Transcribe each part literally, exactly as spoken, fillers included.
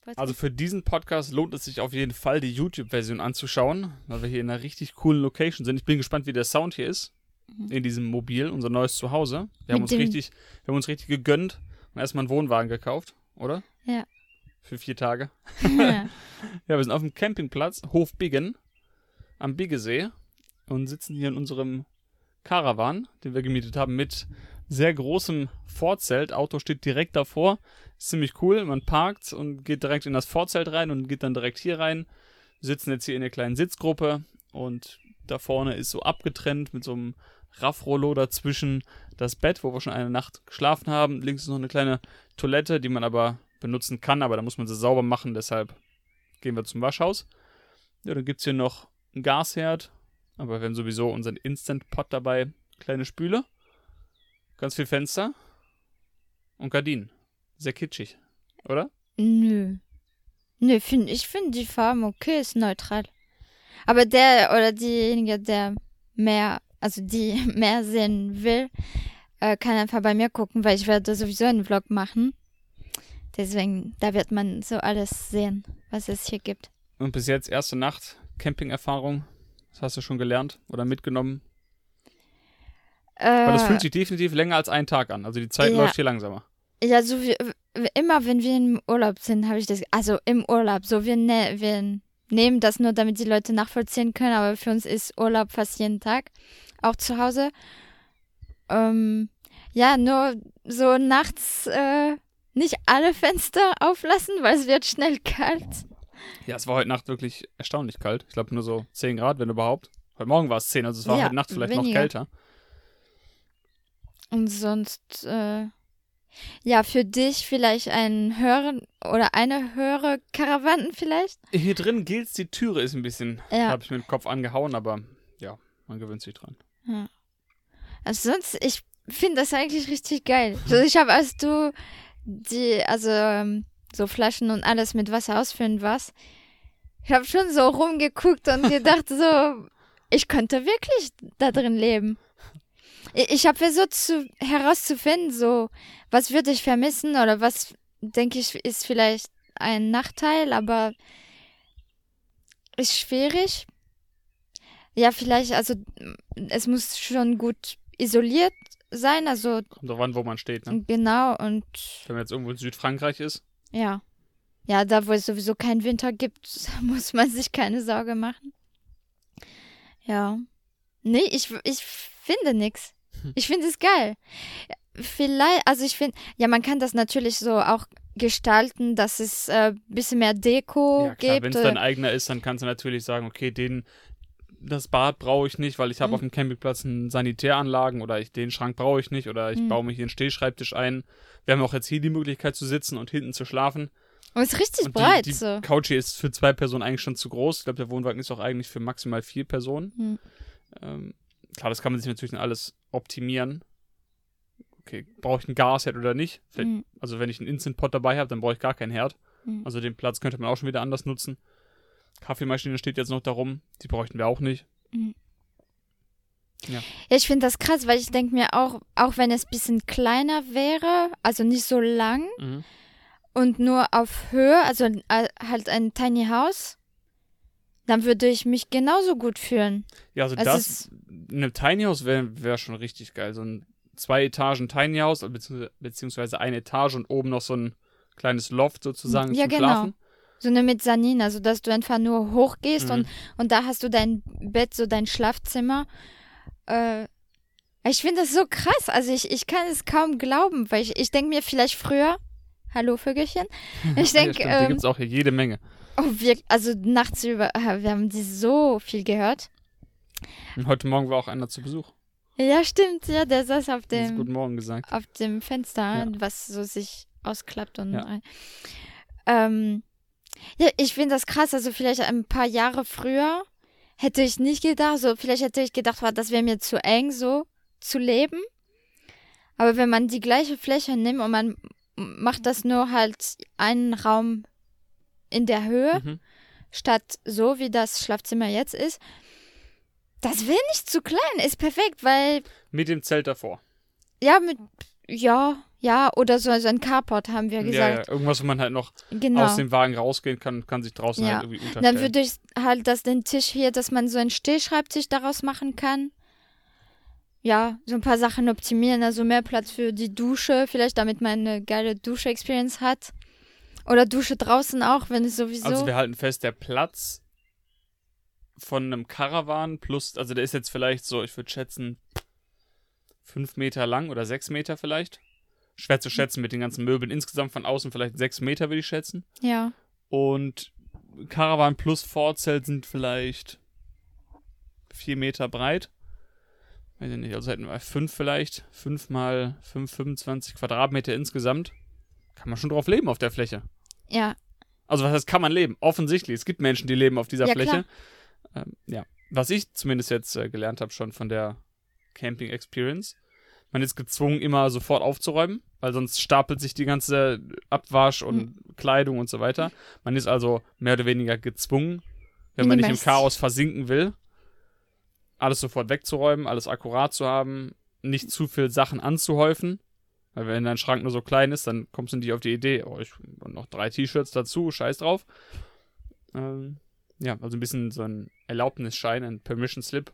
Was Also für diesen Podcast lohnt es sich auf jeden Fall, die YouTube-Version anzuschauen, weil wir hier in einer richtig coolen Location sind. Ich bin gespannt, wie der Sound hier ist, mhm. in diesem Mobil, unser neues Zuhause. Wir haben uns richtig, wir haben uns richtig gegönnt und erstmal einen Wohnwagen gekauft, oder? Ja. Für vier Tage. Ja. Ja, wir sind auf dem Campingplatz, Hof Biggen, am Biggesee und sitzen hier in unserem Caravan, den wir gemietet haben, mit sehr großem Vorzelt. Auto steht direkt davor. Ist ziemlich cool. Man parkt und geht direkt in das Vorzelt rein und geht dann direkt hier rein. Wir sitzen jetzt hier in der kleinen Sitzgruppe und da vorne ist so abgetrennt mit so einem Raffrollo dazwischen das Bett, wo wir schon eine Nacht geschlafen haben. Links ist noch eine kleine Toilette, die man aber benutzen kann, aber da muss man sie sauber machen, deshalb gehen wir zum Waschhaus. Ja, dann gibt es hier noch einen Gasherd, aber wir haben sowieso unseren Instant-Pot dabei. Kleine Spüle, ganz viel Fenster und Gardinen. Sehr kitschig, oder? Nö. Nö, find, ich finde die Farben okay, ist neutral. Aber der oder diejenige, der mehr, also die mehr sehen will, äh, kann einfach bei mir gucken, weil ich werde sowieso einen Vlog machen. Deswegen, da wird man so alles sehen, was es hier gibt. Und bis jetzt erste Nacht, Camping-Erfahrung, was hast du schon gelernt oder mitgenommen? Äh, Weil das fühlt sich definitiv länger als einen Tag an, also die Zeit ja. läuft hier langsamer. Ja, so wie immer, wenn wir im Urlaub sind, habe ich das, also im Urlaub, so wir, ne, wir nehmen das nur, damit die Leute nachvollziehen können, aber für uns ist Urlaub fast jeden Tag, auch zu Hause. Ähm, ja, nur so nachts äh, nicht alle Fenster auflassen, weil es wird schnell kalt. Ja, es war heute Nacht wirklich erstaunlich kalt. Ich glaube nur so zehn Grad, wenn überhaupt. Heute Morgen war es zehn, also es war ja, heute Nacht vielleicht weniger. noch kälter. Und sonst, äh, ja, für dich vielleicht ein höheren oder eine höhere Karawanen vielleicht? Hier drin gilt's, die Türe ist ein bisschen, Ja. habe ich mit dem Kopf angehauen, aber ja, man gewöhnt sich dran. Ja. Also sonst, ich finde das eigentlich richtig geil. So, ich habe, als du die, also ähm, so Flaschen und alles mit Wasser ausfüllen warst, ich habe schon so rumgeguckt und gedacht so, ich könnte wirklich da drin leben. Ich, ich habe versucht zu, herauszufinden, so, was würde ich vermissen oder was, denke ich, ist vielleicht ein Nachteil, aber ist schwierig. Ja, vielleicht, also es muss schon gut isoliert sein, also Kommt drauf an, wo man steht, ne? genau und Wenn man jetzt irgendwo in Südfrankreich ist. ja. Ja, da wo es sowieso keinen Winter gibt, muss man sich keine Sorge machen. Ja. Nee, ich, ich finde nix. Ich finde es geil. Vielleicht, also ich finde, ja, man kann das natürlich so auch gestalten, dass es ein äh, bisschen mehr Deko Ja klar, gibt. wenn es dein eigener ist, dann kannst du natürlich sagen, okay, den, das Bad brauche ich nicht, weil ich habe Mhm. auf dem Campingplatz eine Sanitäranlagen oder ich, den Schrank brauche ich nicht oder ich Mhm. baue mir hier einen Stehschreibtisch ein. Wir haben auch jetzt hier die Möglichkeit zu sitzen und hinten zu schlafen. Und es ist richtig Und breit. die, die so. Couch hier ist für zwei Personen eigentlich schon zu groß. Ich glaube, der Wohnwagen ist auch eigentlich für maximal vier Personen. Mhm. Ähm, klar, das kann man sich natürlich dann alles optimieren. Okay, brauche ich einen Gasherd oder nicht? Vielleicht, Mhm. Also wenn ich einen Instant-Pot dabei habe, dann brauche ich gar keinen Herd. Mhm. Also den Platz könnte man auch schon wieder anders nutzen. Kaffeemaschine steht jetzt noch da rum. Die bräuchten wir auch nicht. Mhm. Ja. Ja, ich finde das krass, weil ich denke mir auch, auch wenn es ein bisschen kleiner wäre, also nicht so lang Mhm. und nur auf Höhe, also äh, halt ein Tiny House, dann würde ich mich genauso gut fühlen. Ja, also Es das, ist- eine Tiny House wäre wär schon richtig geil. So ein zwei Etagen Tiny House, beziehungsweise, beziehungsweise eine Etage und oben noch so ein kleines Loft sozusagen Ja, zum genau. Schlafen. So eine Mezzanin, also dass du einfach nur hochgehst Mhm. und, und da hast du dein Bett, so dein Schlafzimmer. Äh, ich finde das so krass. Also ich, ich kann es kaum glauben, weil ich, ich denke mir vielleicht früher, hallo Vögelchen, ich Ja, denke, stimmt, die ähm, gibt es auch hier jede Menge. oh, wir, also nachts über, äh, wir haben die so viel gehört. Und heute Morgen war auch einer zu Besuch. Ja, stimmt, ja, der saß auf Hat uns dem, Guten Morgen gesagt. auf dem Fenster, Ja. was so sich ausklappt und Ja. rein. Ähm, ja, ich finde das krass, also vielleicht ein paar Jahre früher hätte ich nicht gedacht, so vielleicht hätte ich gedacht, war, das wäre mir zu eng, so zu leben. Aber wenn man die gleiche Fläche nimmt und man macht das nur halt einen Raum in der Höhe, Mhm. statt so, wie das Schlafzimmer jetzt ist, das wäre nicht zu klein, ist perfekt, weil Mit dem Zelt davor. ja, mit, ja, Ja, oder so, so ein Carport, haben wir Ja, gesagt. ja, irgendwas, wo man halt noch Genau. aus dem Wagen rausgehen kann, kann sich draußen Ja. halt irgendwie unterstellen. Dann würde ich halt das den Tisch hier, dass man so einen Stehschreibtisch daraus machen kann. Ja, so ein paar Sachen optimieren, also mehr Platz für die Dusche, vielleicht damit man eine geile Dusche-Experience hat. Oder Dusche draußen auch, wenn es sowieso... Also wir halten fest, der Platz von einem Caravan plus, also der ist jetzt vielleicht so, ich würde schätzen, fünf Meter lang oder sechs Meter vielleicht. Schwer zu schätzen mit den ganzen Möbeln. Insgesamt von außen vielleicht sechs Meter, würde ich schätzen. Ja. Und Caravan plus Vorzelt sind vielleicht vier Meter breit. Weiß ich nicht, also hätten wir fünf vielleicht. Fünf mal fünf, fünfundzwanzig Quadratmeter insgesamt. Kann man schon drauf leben auf der Fläche. Ja. Also was heißt, kann man leben? Offensichtlich. Es gibt Menschen, die leben auf dieser Ja, Fläche. Ähm, ja. Was ich zumindest jetzt äh, gelernt habe schon von der Camping Experience. Man ist gezwungen, immer sofort aufzuräumen, weil sonst stapelt sich die ganze Abwasch und mhm. Kleidung und so weiter. Man ist also mehr oder weniger gezwungen, wenn man nicht im Chaos versinken will, alles sofort wegzuräumen, alles akkurat zu haben, nicht zu viel Sachen anzuhäufen. Weil wenn dein Schrank nur so klein ist, dann kommst du nicht auf die Idee, oh, ich und noch drei T-Shirts dazu, scheiß drauf. Ähm, ja, also ein bisschen so ein Erlaubnisschein, ein Permission Slip,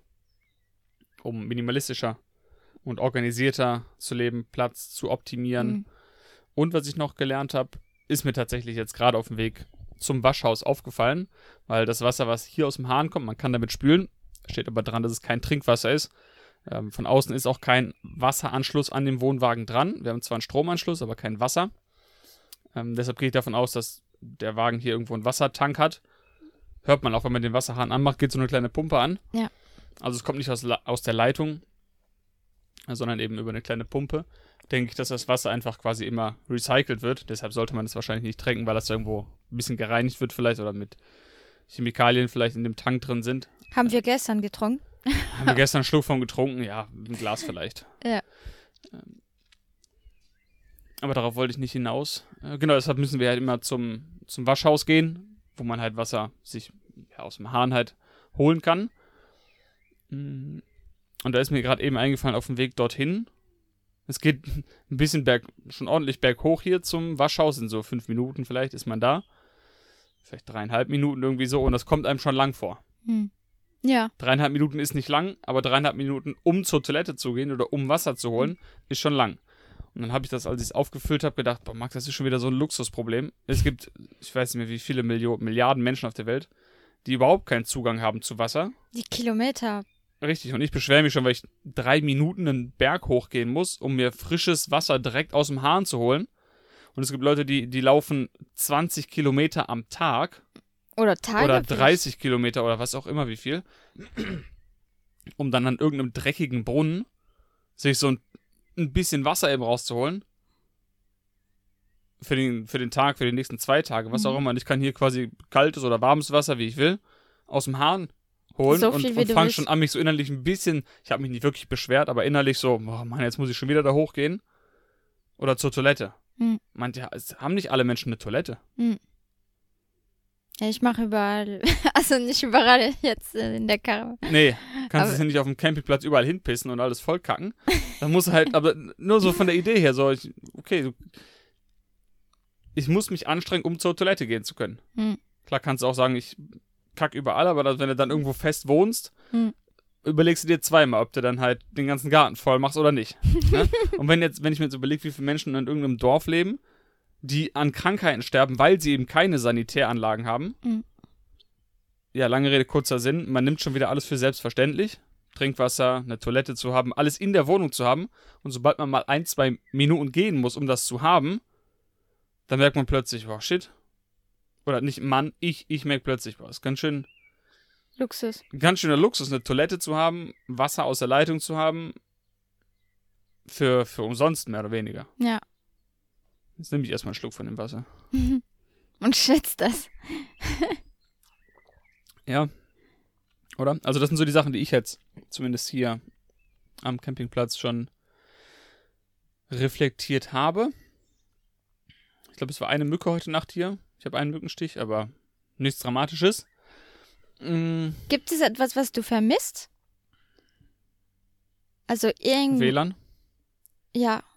um minimalistischer und organisierter zu leben, Platz zu optimieren. Mhm. Und was ich noch gelernt habe, ist mir tatsächlich jetzt gerade auf dem Weg zum Waschhaus aufgefallen, weil das Wasser, was hier aus dem Hahn kommt, man kann damit spülen, steht aber dran, dass es kein Trinkwasser ist. Ähm, von außen ist auch kein Wasseranschluss an dem Wohnwagen dran. Wir haben zwar einen Stromanschluss, aber kein Wasser. Ähm, deshalb gehe ich davon aus, dass der Wagen hier irgendwo einen Wassertank hat. Hört man auch, wenn man den Wasserhahn anmacht, geht so eine kleine Pumpe an. Ja. Also es kommt nicht aus, aus der Leitung, sondern eben über eine kleine Pumpe. Denke ich, dass das Wasser einfach quasi immer recycelt wird. Deshalb sollte man es wahrscheinlich nicht trinken, weil das irgendwo ein bisschen gereinigt wird vielleicht oder mit Chemikalien vielleicht in dem Tank drin sind. Haben wir gestern getrunken? Haben wir gestern einen Schluck von getrunken? Ja, ein Glas vielleicht. Ja. Aber darauf wollte ich nicht hinaus. Genau, deshalb müssen wir halt immer zum, zum Waschhaus gehen, wo man halt Wasser sich ja, aus dem Hahn halt holen kann. Und da ist mir gerade eben eingefallen, auf dem Weg dorthin. Es geht ein bisschen berg, schon ordentlich berghoch hier zum Waschhaus. In so fünf Minuten vielleicht ist man da. Vielleicht dreieinhalb Minuten irgendwie so. Und das kommt einem schon lang vor. Hm. Ja. Dreieinhalb Minuten ist nicht lang, aber dreieinhalb Minuten, um zur Toilette zu gehen oder um Wasser zu holen, ist schon lang. Und dann habe ich das, als ich es aufgefüllt habe, gedacht, boah, Max, das ist schon wieder so ein Luxusproblem. Es gibt, ich weiß nicht mehr, wie viele Millionen, Milliarden Menschen auf der Welt, die überhaupt keinen Zugang haben zu Wasser. Die Kilometer. Richtig, und ich beschwere mich schon, weil ich drei Minuten einen Berg hochgehen muss, um mir frisches Wasser direkt aus dem Hahn zu holen. Und es gibt Leute, die, die laufen zwanzig Kilometer am Tag. Oder Tage. Oder dreißig Kilometer oder was auch immer, wie viel. Um dann an irgendeinem dreckigen Brunnen sich so ein, ein bisschen Wasser eben rauszuholen. Für den, für den Tag, für die nächsten zwei Tage, was mhm. auch immer. Und ich kann hier quasi kaltes oder warmes Wasser, wie ich will, aus dem Hahn holen. So und, viel, und fange schon an, mich so innerlich ein bisschen, ich habe mich nicht wirklich beschwert, aber innerlich so, oh Mann, jetzt muss ich schon wieder da hochgehen. Oder zur Toilette. Mhm. Manche haben nicht alle Menschen eine Toilette. Mhm. Ja, ich mache überall, also nicht überall jetzt in der Karre. Nee, kannst du ja nicht auf dem Campingplatz überall hinpissen und alles vollkacken. Dann muss halt, aber nur so von der Idee her, so, ich, okay, ich muss mich anstrengen, um zur Toilette gehen zu können. Hm. Klar kannst du auch sagen, ich kack überall, aber wenn du dann irgendwo fest wohnst, hm. überlegst du dir zweimal, ob du dann halt den ganzen Garten voll machst oder nicht. Ne? Und wenn jetzt, wenn ich mir jetzt überlege, wie viele Menschen in irgendeinem Dorf leben, die an Krankheiten sterben, weil sie eben keine Sanitäranlagen haben. Mhm. Ja, lange Rede, kurzer Sinn. Man nimmt schon wieder alles für selbstverständlich. Trinkwasser, eine Toilette zu haben, alles in der Wohnung zu haben. Und sobald man mal ein, zwei Minuten gehen muss, um das zu haben, dann merkt man plötzlich, boah, shit. Oder nicht Mann, ich, ich merke plötzlich, boah, ist ganz schön Luxus. Ganz schöner Luxus, eine Toilette zu haben, Wasser aus der Leitung zu haben. Für, für umsonst, mehr oder weniger. Ja. Jetzt nehme ich erstmal einen Schluck von dem Wasser. Und schätzt das. Ja. Oder? Also das sind so die Sachen, die ich jetzt zumindest hier am Campingplatz schon reflektiert habe. Ich glaube, es war eine Mücke heute Nacht hier. Ich habe einen Mückenstich, aber nichts Dramatisches. Mhm. Gibt es etwas, was du vermisst? Also irgendwie... W L A N? Ja,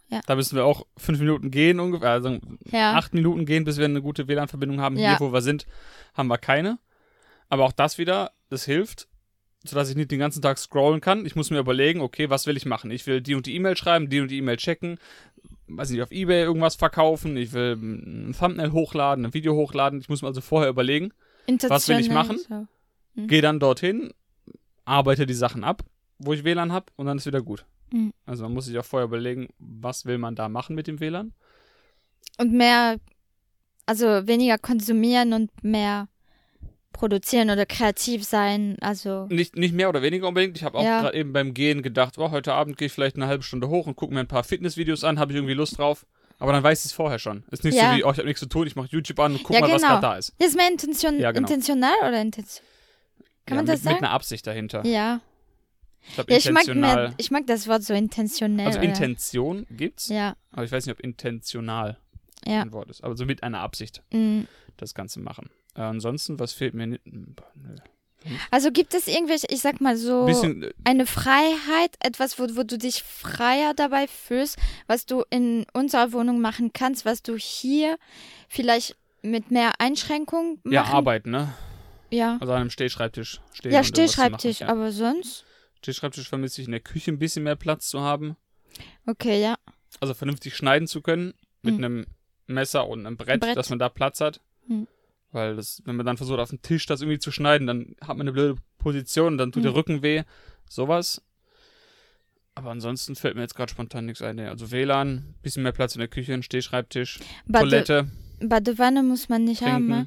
ja. Da müssen wir auch fünf Minuten gehen ungefähr, also Ja. acht Minuten gehen, bis wir eine gute W L A N-Verbindung haben. Ja. Hier, wo wir sind, haben wir keine. Aber auch das wieder, das hilft, sodass ich nicht den ganzen Tag scrollen kann. Ich muss mir überlegen, okay, was will ich machen? Ich will die und die E-Mail schreiben, die und die E-Mail checken, weiß nicht, auf eBay irgendwas verkaufen, ich will ein Thumbnail hochladen, ein Video hochladen. Ich muss mir also vorher überlegen, was will ich machen? So. Mhm. Gehe dann dorthin, arbeite die Sachen ab, wo ich W L A N habe und dann ist wieder gut. Mhm. Also man muss sich auch vorher überlegen, was will man da machen mit dem W L A N? Und mehr, also weniger konsumieren und mehr produzieren oder kreativ sein, also Nicht, nicht mehr oder weniger unbedingt. Ich habe auch Ja. gerade eben beim Gehen gedacht, oh, heute Abend gehe ich vielleicht eine halbe Stunde hoch und gucke mir ein paar Fitnessvideos an, habe ich irgendwie Lust drauf. Aber dann weiß ich es vorher schon. Ist nicht Ja. so wie, oh, ich habe nichts zu tun, ich mache YouTube an und guck Ja, mal, was genau. gerade da ist. ist mehr intention Ja, genau. intentional oder intention Kann ja, man mit, das sagen? Mit einer Absicht dahinter. Ja. Ich glaube, Ja, ich mag intentional. mehr, ich mag das Wort so intentionell. Also oder? Intention gibt's, Ja, aber ich weiß nicht, ob intentional ja. ein Wort ist. Aber so mit einer Absicht Mhm. das Ganze machen. Äh, ansonsten, was fehlt mir nicht? Nö. Also gibt es irgendwelche, ich sag mal so, Bisschen, äh, eine Freiheit, etwas, wo, wo du dich freier dabei fühlst, was du in unserer Wohnung machen kannst, was du hier vielleicht mit mehr Einschränkungen machen? ja, arbeiten, ne? Ja, Also an einem Stehschreibtisch stehen. ja und irgendwas zu machen. Stehschreibtisch, Ja. aber sonst? Stehschreibtisch vermisse ich in der Küche ein bisschen mehr Platz zu haben. Okay, ja. Also vernünftig schneiden zu können mit Mhm. einem Messer und einem Brett, Brett. dass man da Platz hat. Mhm. Weil das, wenn man dann versucht, auf dem Tisch das irgendwie zu schneiden, dann hat man eine blöde Position und dann tut Mhm. der Rücken weh. Sowas. Aber ansonsten fällt mir jetzt gerade spontan nichts ein. Nee. Also W L A N, bisschen mehr Platz in der Küche, ein Stehschreibtisch, Bade, Toilette, Badewanne muss man nicht haben, ne? trinken.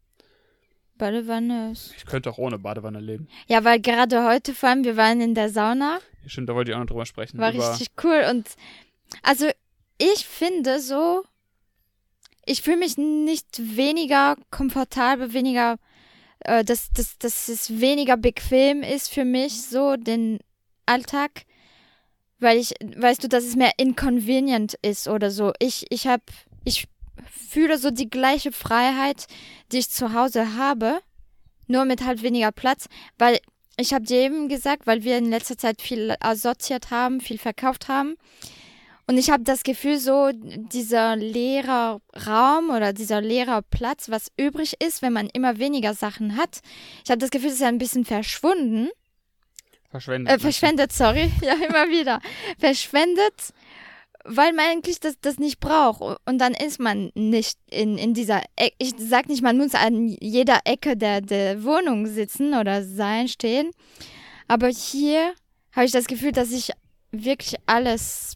Badewanne ist... Ich könnte auch ohne Badewanne leben. Ja, weil gerade heute vor allem, wir waren in der Sauna, Stimmt, da wollte ich auch noch drüber sprechen. war über, richtig cool und also ich finde so, ich fühle mich nicht weniger komfortabel, weniger, äh, dass, dass, dass es weniger bequem ist für mich, so den Alltag, weil ich, weißt du, dass es mehr inconvenient ist oder so. Ich, ich habe, ich fühle so die gleiche Freiheit, die ich zu Hause habe, nur mit halt weniger Platz, weil ich habe dir eben gesagt, weil wir in letzter Zeit viel sortiert haben, viel verkauft haben. Und ich habe das Gefühl, so dieser leere Raum oder dieser leere Platz, was übrig ist, wenn man immer weniger Sachen hat. Ich habe das Gefühl, es ist ein bisschen verschwunden. verschwendet. Äh, verschwendet, sorry. Ja, immer wieder. Verschwendet, weil man eigentlich das, das nicht braucht. Und dann ist man nicht in, in dieser Ecke. Ich sag nicht, man muss an jeder Ecke der, der Wohnung sitzen oder sein, stehen. Aber hier habe ich das Gefühl, dass ich wirklich alles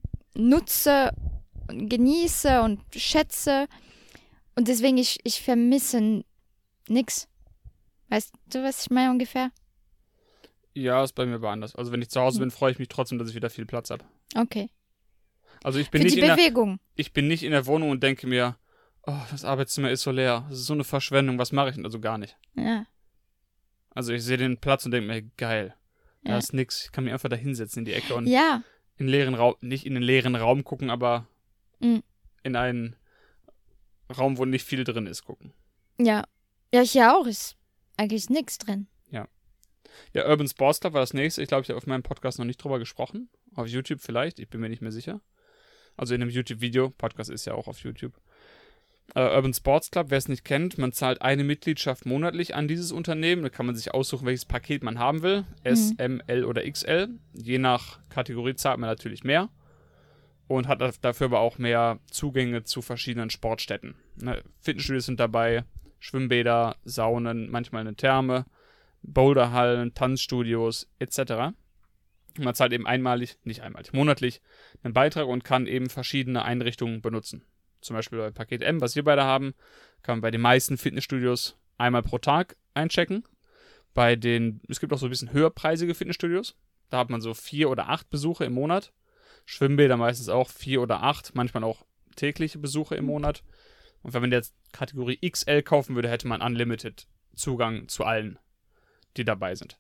nutze und genieße und schätze. Und deswegen, ich, ich vermisse nix. Weißt du, was ich meine ungefähr? Ja, ist bei mir aber anders. Also wenn ich zu Hause bin, freue ich mich trotzdem, dass ich wieder viel Platz habe. Okay. Also ich bin, Für nicht die in der, Bewegung. ich bin nicht in der Wohnung und denke mir, oh, das Arbeitszimmer ist so leer. Das ist so eine Verschwendung, was mache ich denn? Also gar nicht. Ja. Also ich sehe den Platz und denke mir, geil. Da Ja. ist nix. Ich kann mich einfach da hinsetzen in die Ecke und Ja. in den leeren Raum, nicht in den leeren Raum gucken, aber Mhm. in einen Raum, wo nicht viel drin ist, gucken. Ja. Ja, hier auch ist eigentlich nichts drin. Ja, Urban Sports Club war das nächste. Ich glaube, ich habe auf meinem Podcast noch nicht drüber gesprochen. Auf YouTube vielleicht, ich bin mir nicht mehr sicher. Also in einem YouTube-Video. Podcast ist ja auch auf YouTube. Äh, Urban Sports Club, wer es nicht kennt, man zahlt eine Mitgliedschaft monatlich an dieses Unternehmen. Da kann man sich aussuchen, welches Paket man haben will. S, M, L oder X L. Je nach Kategorie zahlt man natürlich mehr. Und hat dafür aber auch mehr Zugänge zu verschiedenen Sportstätten. Ne, Fitnessstudios sind dabei, Schwimmbäder, Saunen, manchmal eine Therme, Boulderhallen, Tanzstudios et cetera. Man zahlt eben einmalig, nicht einmalig, monatlich einen Beitrag und kann eben verschiedene Einrichtungen benutzen. Zum Beispiel bei Paket M, was wir beide haben, kann man bei den meisten Fitnessstudios einmal pro Tag einchecken. Bei den, es gibt auch so ein bisschen höherpreisige Fitnessstudios. Da hat man so vier oder acht Besuche im Monat. Schwimmbäder meistens auch vier oder acht, manchmal auch tägliche Besuche im Monat. Und wenn man jetzt Kategorie X L kaufen würde, hätte man Unlimited Zugang zu allen, die dabei sind.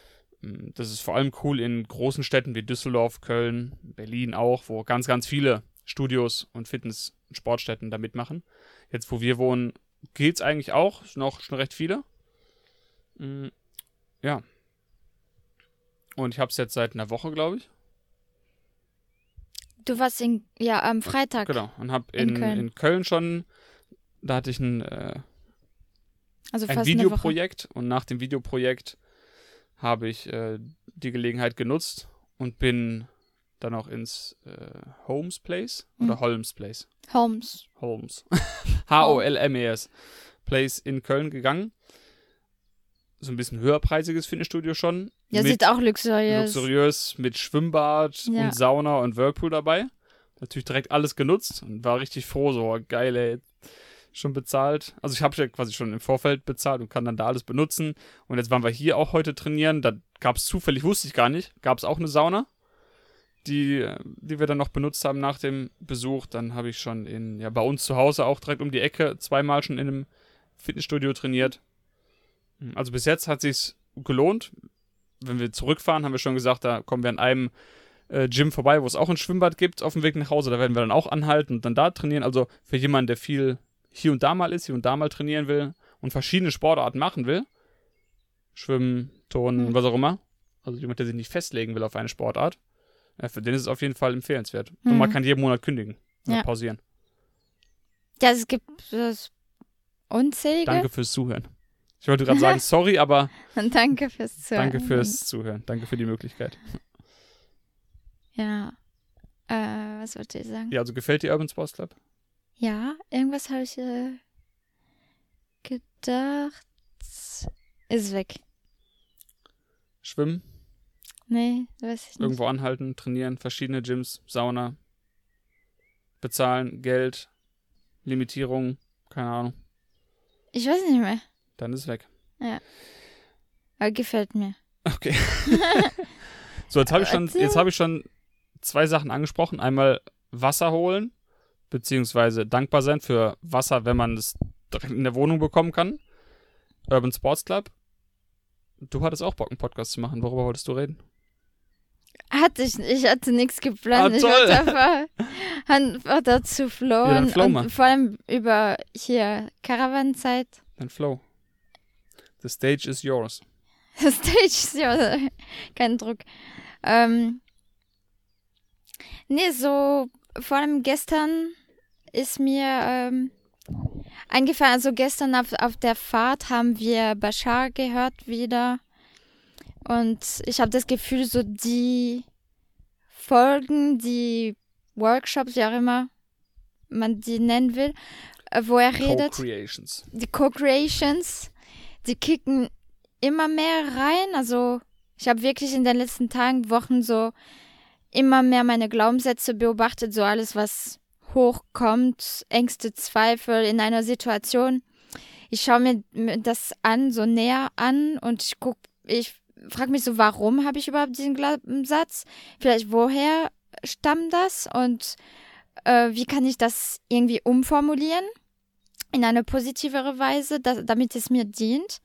Das ist vor allem cool in großen Städten wie Düsseldorf, Köln, Berlin auch, wo ganz, ganz viele Studios und Fitness- und Sportstätten da mitmachen. Jetzt, wo wir wohnen, geht's eigentlich auch. Es sind auch schon recht viele. Ja. Und ich habe es jetzt seit einer Woche, glaube ich. Du warst in, ja, am Freitag. Genau. Und habe In in, in, Köln. in Köln schon, da hatte ich ein, äh, Also ein fast Videoprojekt. Und nach dem Videoprojekt habe ich äh, die Gelegenheit genutzt und bin dann auch ins äh, Holmes Place oder Hm. Holmes Place. eine Woche. Holmes. Holmes. H O L M E S. Place in Köln gegangen. So ein bisschen höherpreisiges Fitnessstudio schon. Ja, mit sieht auch luxuriös. luxuriös mit Schwimmbad Ja. und Sauna und Whirlpool dabei. Natürlich direkt alles genutzt und war richtig froh, so oh, geil, ey. Schon bezahlt. Also ich habe ja quasi schon im Vorfeld bezahlt und kann dann da alles benutzen. Und jetzt waren wir hier auch heute trainieren. Da gab es zufällig, wusste ich gar nicht, gab es auch eine Sauna, die, die wir dann noch benutzt haben nach dem Besuch. Dann habe ich schon in, ja, bei uns zu Hause auch direkt um die Ecke zweimal schon in einem Fitnessstudio trainiert. Also bis jetzt hat sich's gelohnt. Wenn wir zurückfahren, haben wir schon gesagt, da kommen wir an einem äh, Gym vorbei, wo es auch ein Schwimmbad gibt auf dem Weg nach Hause. Da werden wir dann auch anhalten und dann da trainieren. Also für jemanden, der viel hier und da mal ist, hier und da mal trainieren will und verschiedene Sportarten machen will, Schwimmen, Turnen, Mhm. was auch immer. Also jemand, der sich nicht festlegen will auf eine Sportart, ja, für den ist es auf jeden Fall empfehlenswert. Und Mhm. man kann jeden Monat kündigen oder Ja. pausieren. Ja, es gibt das unzählige. Danke fürs Zuhören. Ich wollte gerade sagen, sorry, aber Und danke fürs Zuhören. danke fürs Zuhören. Danke für die Möglichkeit. Ja. Äh, was wollte ich sagen? Ja, also gefällt dir Urban Sports Club? Ja, irgendwas habe ich äh, gedacht. Ist weg. Schwimmen, Nee, weiß ich nicht. irgendwo anhalten, trainieren, verschiedene Gyms, Sauna, bezahlen, Geld, Limitierung, keine Ahnung. Ich weiß nicht mehr. Dann ist es weg. Aber gefällt mir. Okay. So, jetzt habe ich schon, Erzähl. jetzt habe ich schon zwei Sachen angesprochen. Einmal Wasser holen, beziehungsweise dankbar sein für Wasser, wenn man es direkt in der Wohnung bekommen kann. Urban Sports Club. Du hattest auch Bock, einen Podcast zu machen. Worüber wolltest du reden? Hatte ich nicht. Ich hatte nichts geplant. Ah, ich toll. wollte einfach, einfach dazu Ja, flowen. dann flow und mal. vor allem über hier Caravanzeit. Dann Flow. The stage is yours. Stage ist ja kein Druck. Ähm, nee, so vor allem gestern ist mir ähm, eingefallen, also gestern auf, auf der Fahrt haben wir Bashar gehört wieder und ich habe das Gefühl, so die Folgen, die Workshops, wie auch immer man die nennen will, äh, wo er redet, Co-Creations. die Co-Creations, die kicken immer mehr rein. Also ich habe wirklich in den letzten Tagen, Wochen so immer mehr meine Glaubenssätze beobachtet, so alles, was hochkommt, Ängste, Zweifel in einer Situation. Ich schaue mir mir das an, so näher an und ich guck, ich frage mich so, warum habe ich überhaupt diesen Glaubenssatz? Vielleicht woher stammt das und äh, wie kann ich das irgendwie umformulieren in eine positivere Weise, dass, damit es mir dient?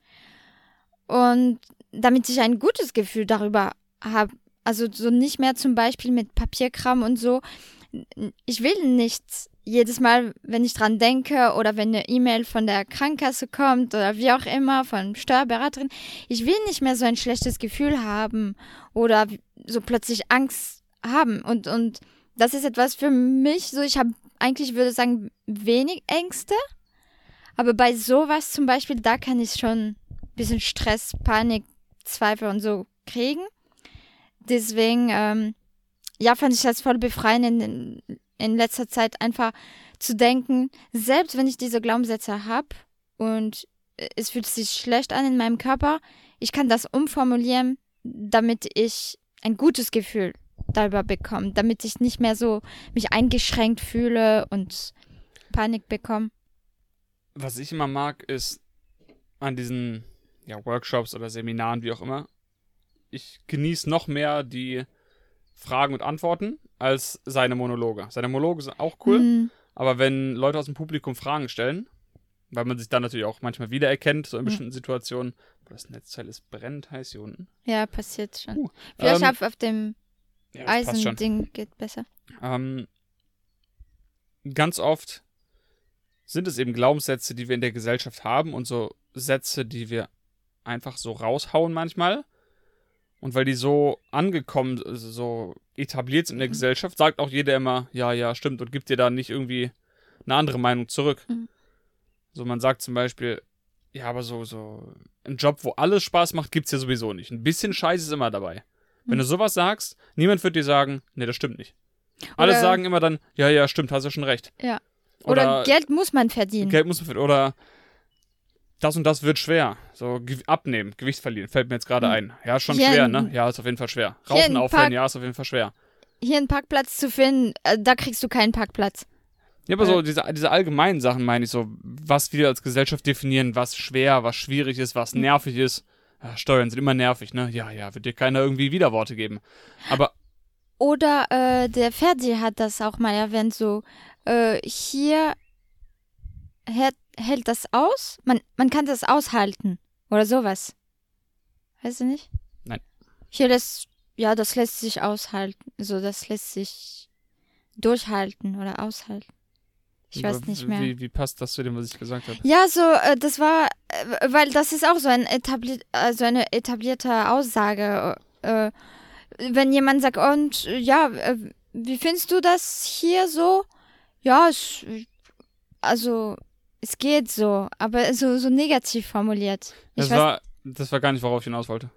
Und damit ich ein gutes Gefühl darüber habe, also so nicht mehr zum Beispiel mit Papierkram und so. Ich will nicht jedes Mal, wenn ich dran denke oder wenn eine E-Mail von der Krankenkasse kommt oder wie auch immer, von Steuerberaterin, ich will nicht mehr so ein schlechtes Gefühl haben oder so plötzlich Angst haben. Und, und das ist etwas für mich, so ich habe eigentlich, würde ich sagen, wenig Ängste. Aber bei sowas zum Beispiel, da kann ich schon bisschen Stress, Panik, Zweifel und so kriegen. Deswegen, ähm, ja, fand ich das voll befreiend in, in letzter Zeit einfach zu denken, selbst wenn ich diese Glaubenssätze habe und es fühlt sich schlecht an in meinem Körper, ich kann das umformulieren, damit ich ein gutes Gefühl darüber bekomme, damit ich nicht mehr so mich eingeschränkt fühle und Panik bekomme. Was ich immer mag, ist an diesen ja, Workshops oder Seminaren, wie auch immer, ich genieße noch mehr die Fragen und Antworten als seine Monologe. Seine Monologe sind auch cool, Mhm. aber wenn Leute aus dem Publikum Fragen stellen, weil man sich dann natürlich auch manchmal wiedererkennt, so in Ja. bestimmten Situationen, wo das Netzteil ist brennend heiß hier unten. Ja, passiert schon. Uh, Vielleicht ähm, auf, auf dem Ja, das passt schon. Eisending geht besser. Ähm, ganz oft sind es eben Glaubenssätze, die wir in der Gesellschaft haben und so Sätze, die wir einfach so raushauen manchmal. Und weil die so angekommen, also so etabliert sind in der Mhm. Gesellschaft, sagt auch jeder immer, ja, ja, stimmt, und gibt dir da nicht irgendwie eine andere Meinung zurück. Mhm. So, man sagt zum Beispiel, ja, aber so, so ein Job, wo alles Spaß macht, gibt's ja sowieso nicht. Ein bisschen Scheiß ist immer dabei. Wenn Mhm. du sowas sagst, niemand wird dir sagen, nee, das stimmt nicht. Alle Oder- sagen immer dann, ja, ja, stimmt, hast ja schon recht. Ja. Oder, Oder Geld muss man verdienen. Geld muss man für, oder das und das wird schwer. So, ge- abnehmen, Gewicht verlieren, fällt mir jetzt gerade Mhm. ein. Ja, ist schon Hier schwer, in- ne? Ja, ist auf jeden Fall schwer. hier Rauchen in aufhören, Park- ja, ist auf jeden Fall schwer. Hier einen Parkplatz zu finden, äh, da kriegst du keinen Parkplatz. Ja, aber Äh. so diese, diese allgemeinen Sachen meine ich so, was wir als Gesellschaft definieren, was schwer, was schwierig ist, was Mhm. nervig ist. Ja, Steuern sind immer nervig, ne? Ja, ja, wird dir keiner irgendwie Widerworte geben. Aber Oder äh, der Ferdi hat das auch mal erwähnt, so äh, hier hält, hält das aus, man, man kann das aushalten oder sowas. Weißt du nicht? Nein. Hier lässt, ja, das lässt sich aushalten, so das lässt sich durchhalten oder aushalten. Ich weiß w- nicht mehr. Wie, wie passt das zu dem, was ich gesagt habe? Ja, so, äh, das war, äh, weil das ist auch so, ein etabli also eine etablierte Aussage. Äh, wenn jemand sagt, und äh, ja, äh, wie findest du das hier so? Ja, es, also es geht so, aber so, so negativ formuliert. Ich Das weiß, war, das war gar nicht, worauf ich hinaus wollte.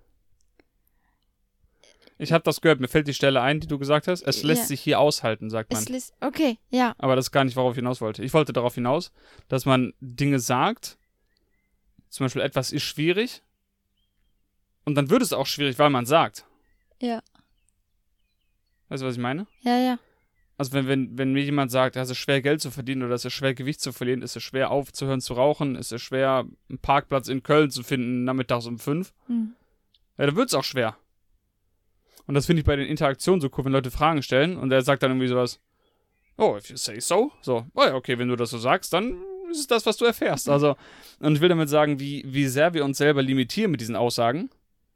Ich habe das gehört, mir fällt die Stelle ein, die du gesagt hast. Es lässt Ja. sich hier aushalten, sagt man. es lässt, okay, ja, Aber das ist gar nicht, worauf ich hinaus wollte. Ich wollte darauf hinaus, dass man Dinge sagt, zum Beispiel etwas ist schwierig, und dann wird es auch schwierig, weil man sagt. ja, Weißt du, was ich meine? ja, ja, Also wenn, wenn, wenn mir jemand sagt, es ist schwer Geld zu verdienen oder es ist schwer Gewicht zu verlieren, ist es schwer aufzuhören zu rauchen, ist es schwer einen Parkplatz in Köln zu finden nachmittags um fünf, hm. ja, dann wird es auch schwer. Und das finde ich bei den Interaktionen so cool, wenn Leute Fragen stellen und er sagt dann irgendwie sowas, oh, if you say so, so, oh ja, okay, wenn du das so sagst, dann ist es das, was du erfährst. Also, und ich will damit sagen, wie, wie sehr wir uns selber limitieren mit diesen Aussagen.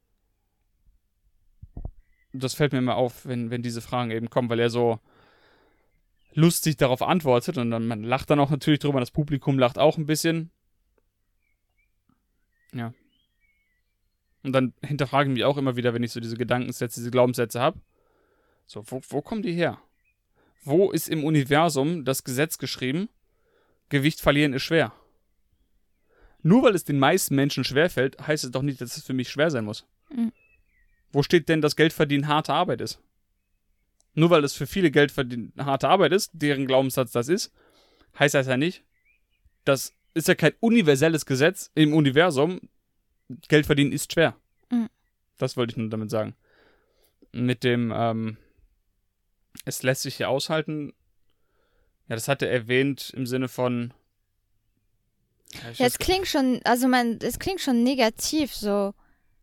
Das fällt mir immer auf, wenn, wenn diese Fragen eben kommen, weil er so lustig darauf antwortet und dann man lacht dann auch natürlich drüber, das Publikum lacht auch ein bisschen. Ja. Und dann hinterfrage ich mich auch immer wieder, wenn ich so diese Gedankensätze, diese Glaubenssätze habe. So, wo, wo kommen die her? Wo ist im Universum das Gesetz geschrieben, Gewicht verlieren ist schwer? Nur weil es den meisten Menschen schwerfällt, heißt es doch nicht, dass es für mich schwer sein muss. Mhm. Wo steht denn, dass Geld verdienen harte Arbeit ist? Nur weil es für viele Geld verdienen harte Arbeit ist, deren Glaubenssatz das ist, heißt das ja nicht, das ist ja kein universelles Gesetz im Universum, Geld verdienen ist schwer. Mhm. Das wollte ich nur damit sagen. Mit dem, ähm, es lässt sich hier aushalten, ja, das hat er erwähnt im Sinne von, ja, ich Ja, weiß es klingt schon, also man, es klingt schon negativ, so.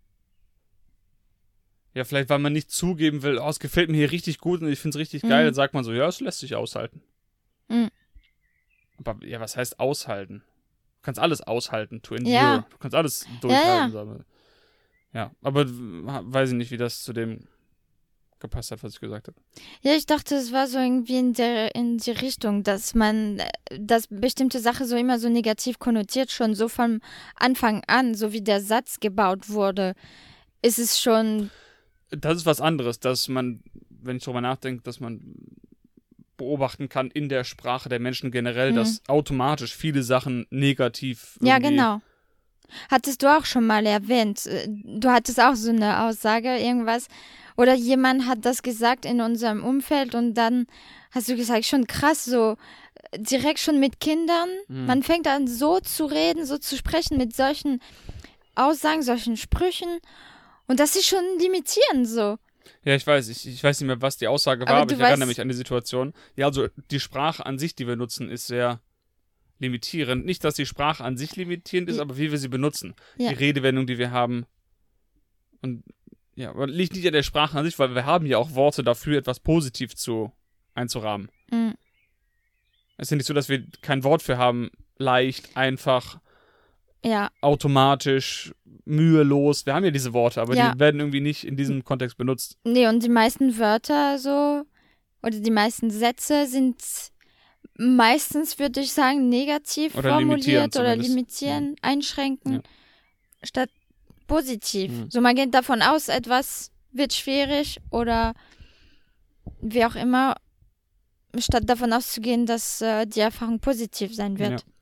Ja, vielleicht, weil man nicht zugeben will, oh, es gefällt mir hier richtig gut und ich finde es richtig geil, Mhm. dann sagt man so, ja, es lässt sich aushalten. Mhm. Aber, ja, was heißt aushalten? Du kannst alles aushalten, to endure. Ja. Du kannst alles durchhalten. Ja, ja. ja, aber weiß ich nicht, wie das zu dem gepasst hat, was ich gesagt habe. Ja, ich dachte, es war so irgendwie in der in die Richtung, dass man, äh, dass bestimmte Sache so immer so negativ konnotiert, schon so vom Anfang an, so wie der Satz gebaut wurde, ist es schon, Das ist was anderes, dass man, wenn ich drüber nachdenke, dass man beobachten kann in der Sprache der Menschen generell, Mhm. dass automatisch viele Sachen negativ ja irgendwie- genau. Hattest du auch schon mal erwähnt, äh, du hattest auch so eine Aussage, irgendwas, oder jemand hat das gesagt in unserem Umfeld und dann hast du gesagt, schon krass, so äh, direkt schon mit Kindern, Mhm. man fängt an so zu reden, so zu sprechen mit solchen Aussagen, solchen Sprüchen und das ist schon limitierend so. Ja, ich weiß, ich, ich weiß nicht mehr, was die Aussage war, Aber aber, du ich erinnere weißt- mich an die Situation. Ja, also die Sprache an sich, die wir nutzen, ist sehr limitierend. Nicht, dass die Sprache an sich limitierend ist, Ja. aber wie wir sie benutzen. Ja. Die Redewendung, die wir haben. Und ja, aber liegt nicht an der Sprache an sich, weil wir haben ja auch Worte dafür, etwas positiv zu einzurahmen. Mhm. Es ist ja nicht so, dass wir kein Wort für haben. Leicht, einfach, Ja, automatisch, mühelos. Wir haben ja diese Worte, aber Ja. die werden irgendwie nicht in diesem Kontext benutzt. nee, und die meisten Wörter so, oder die meisten Sätze sind meistens, würde ich sagen, negativ Oder limitieren formuliert oder zumindest. limitieren, einschränken, Ja. statt positiv. Mhm. So, man geht davon aus, etwas wird schwierig oder wie auch immer, statt davon auszugehen, dass äh, die Erfahrung positiv sein wird. Ja.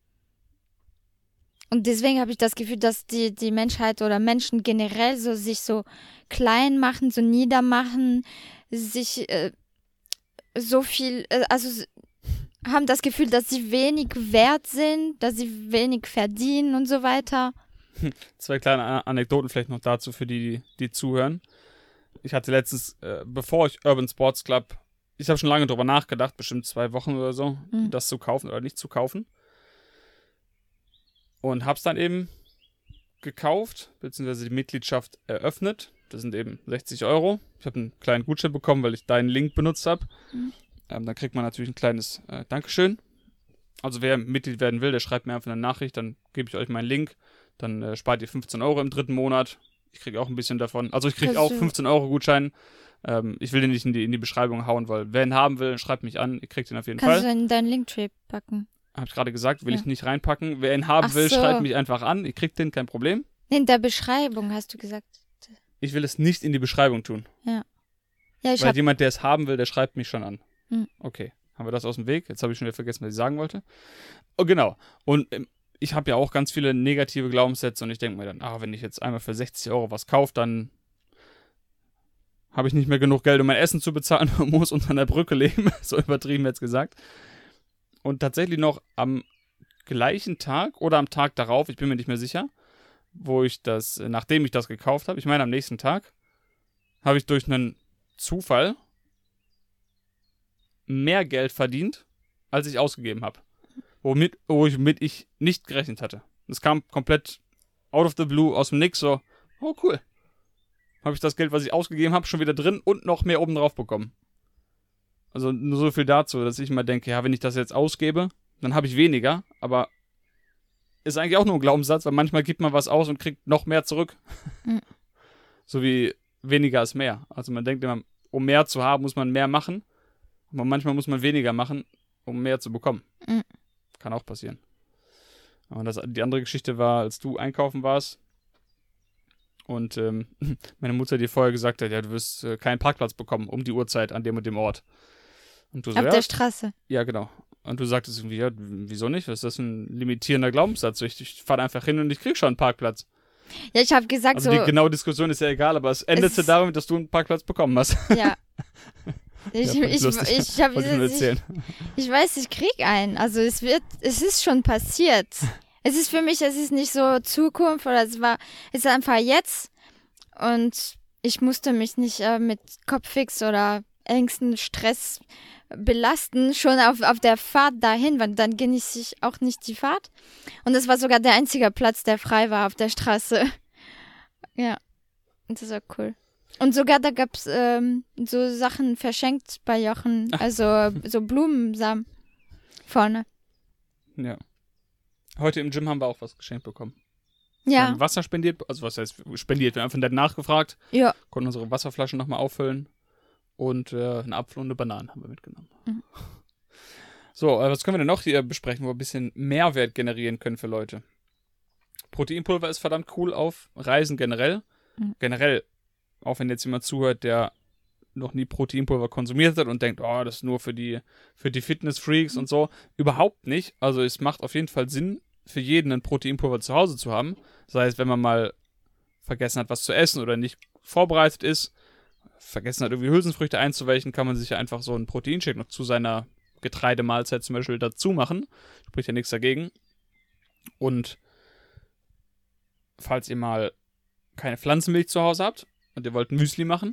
Und deswegen habe ich das Gefühl, dass die, die Menschheit oder Menschen generell so sich so klein machen, so niedermachen, sich äh, so viel, äh, also s- haben das Gefühl, dass sie wenig wert sind, dass sie wenig verdienen und so weiter. Zwei kleine A- Anekdoten vielleicht noch dazu für die, die zuhören. Ich hatte letztens, äh, bevor ich Urban Sports Club, ich habe schon lange drüber nachgedacht, bestimmt zwei Wochen oder so, Mhm. das zu kaufen oder nicht zu kaufen. Und hab's dann eben gekauft, beziehungsweise die Mitgliedschaft eröffnet. Das sind eben sechzig Euro. Ich habe einen kleinen Gutschein bekommen, weil ich deinen Link benutzt habe. Mhm. Ähm, dann kriegt man natürlich ein kleines äh, Dankeschön. Also wer Mitglied werden will, der schreibt mir einfach eine Nachricht, dann gebe ich euch meinen Link. Dann äh, spart ihr fünfzehn Euro im dritten Monat. Ich kriege auch ein bisschen davon. Also ich kriege Das auch ist- fünfzehn Euro Gutschein. Ähm, ich will den nicht in die, in die Beschreibung hauen, weil wer ihn haben will, schreibt mich an. Ihr kriegt ihn auf jeden Kannst Fall. du in deinen Linktree packen. Habe ich gerade gesagt, will Ja. ich nicht reinpacken. Wer ihn haben Ach will, so. schreibt mich einfach an. Ihr kriegt den, kein Problem. In der Beschreibung hast du gesagt. Ich will es nicht in die Beschreibung tun. Ja, ich weil habe jemand, der es haben will, der schreibt mich schon an. Hm. Okay, haben wir das aus dem Weg? Jetzt habe ich schon wieder vergessen, was ich sagen wollte. Oh, genau. Und ähm, ich habe ja auch ganz viele negative Glaubenssätze und ich denke mir dann, ah, wenn ich jetzt einmal für sechzig Euro was kaufe, dann habe ich nicht mehr genug Geld, um mein Essen zu bezahlen und muss unter einer Brücke leben. So übertrieben jetzt gesagt. Und tatsächlich noch am gleichen Tag oder am Tag darauf, ich bin mir nicht mehr sicher, wo ich das, äh, nachdem ich das gekauft habe, ich meine am nächsten Tag, habe ich durch einen Zufall mehr Geld verdient, als ich ausgegeben habe. Womit, womit ich nicht gerechnet hatte. Das kam komplett out of the blue, aus dem Nix, so, oh cool. Habe ich das Geld, was ich ausgegeben habe, schon wieder drin und noch mehr oben drauf bekommen. Also nur so viel dazu, dass ich immer denke, ja, wenn ich das jetzt ausgebe, dann habe ich weniger, aber ist eigentlich auch nur ein Glaubenssatz, weil manchmal gibt man was aus und kriegt noch mehr zurück. Mhm. So wie weniger ist mehr. Also man denkt immer, um mehr zu haben, muss man mehr machen. Aber manchmal muss man weniger machen, um mehr zu bekommen. Mhm. Kann auch passieren. Und das, die andere Geschichte war, als du einkaufen warst und ähm, meine Mutter dir vorher gesagt hat, ja, du wirst äh, keinen Parkplatz bekommen um die Uhrzeit an dem und dem Ort. Und du so, auf ja, der Straße. ja, genau. Und du sagtest irgendwie, ja, wieso nicht? Was ist das ein limitierender Glaubenssatz? Ich, ich fahre einfach hin und ich krieg schon einen Parkplatz. Ja, ich habe gesagt Also so, die genaue Diskussion ist ja egal, aber es endete Es- damit, dass du einen Parkplatz bekommen hast. ja. Ich, Ja, fand ich ich, lustig. ich, hab, Wollte ich nur ich, erzählen. ich weiß, ich krieg einen. Also es wird, es ist schon passiert. Es ist für mich, es ist nicht so Zukunft oder es war, es ist einfach jetzt und ich musste mich nicht äh, mit Kopffix oder Ängsten, Stress belasten, schon auf, auf der Fahrt dahin, weil dann genieße ich auch nicht die Fahrt. Und es war sogar der einzige Platz, der frei war auf der Straße. Ja, und das war cool. Und sogar da gab es ähm, so Sachen verschenkt bei Jochen, also so Blumensamen vorne. Ja. Heute im Gym haben wir auch was geschenkt bekommen. Ja, Wir haben Wasser spendiert, also was heißt spendiert? Wir haben einfach nett nachgefragt, ja. konnten unsere Wasserflaschen nochmal auffüllen und äh, einen Apfel und eine Banane haben wir mitgenommen. Mhm. So, äh, was können wir denn noch hier besprechen, wo wir ein bisschen Mehrwert generieren können für Leute? Proteinpulver ist verdammt cool auf Reisen generell. Mhm. Generell, auch wenn jetzt jemand zuhört, der noch nie Proteinpulver konsumiert hat und denkt, oh, das ist nur für die, für die Fitness-Freaks und so. Überhaupt nicht. Also es macht auf jeden Fall Sinn, für jeden ein Proteinpulver zu Hause zu haben. Sei es, wenn man mal vergessen hat, was zu essen oder nicht vorbereitet ist, vergessen hat, irgendwie Hülsenfrüchte einzuweichen, kann man sich ja einfach so einen Proteinshake noch zu seiner Getreidemahlzeit zum Beispiel dazu machen. Spricht ja nichts dagegen. Und falls ihr mal keine Pflanzenmilch zu Hause habt und ihr wollt ein Müsli machen,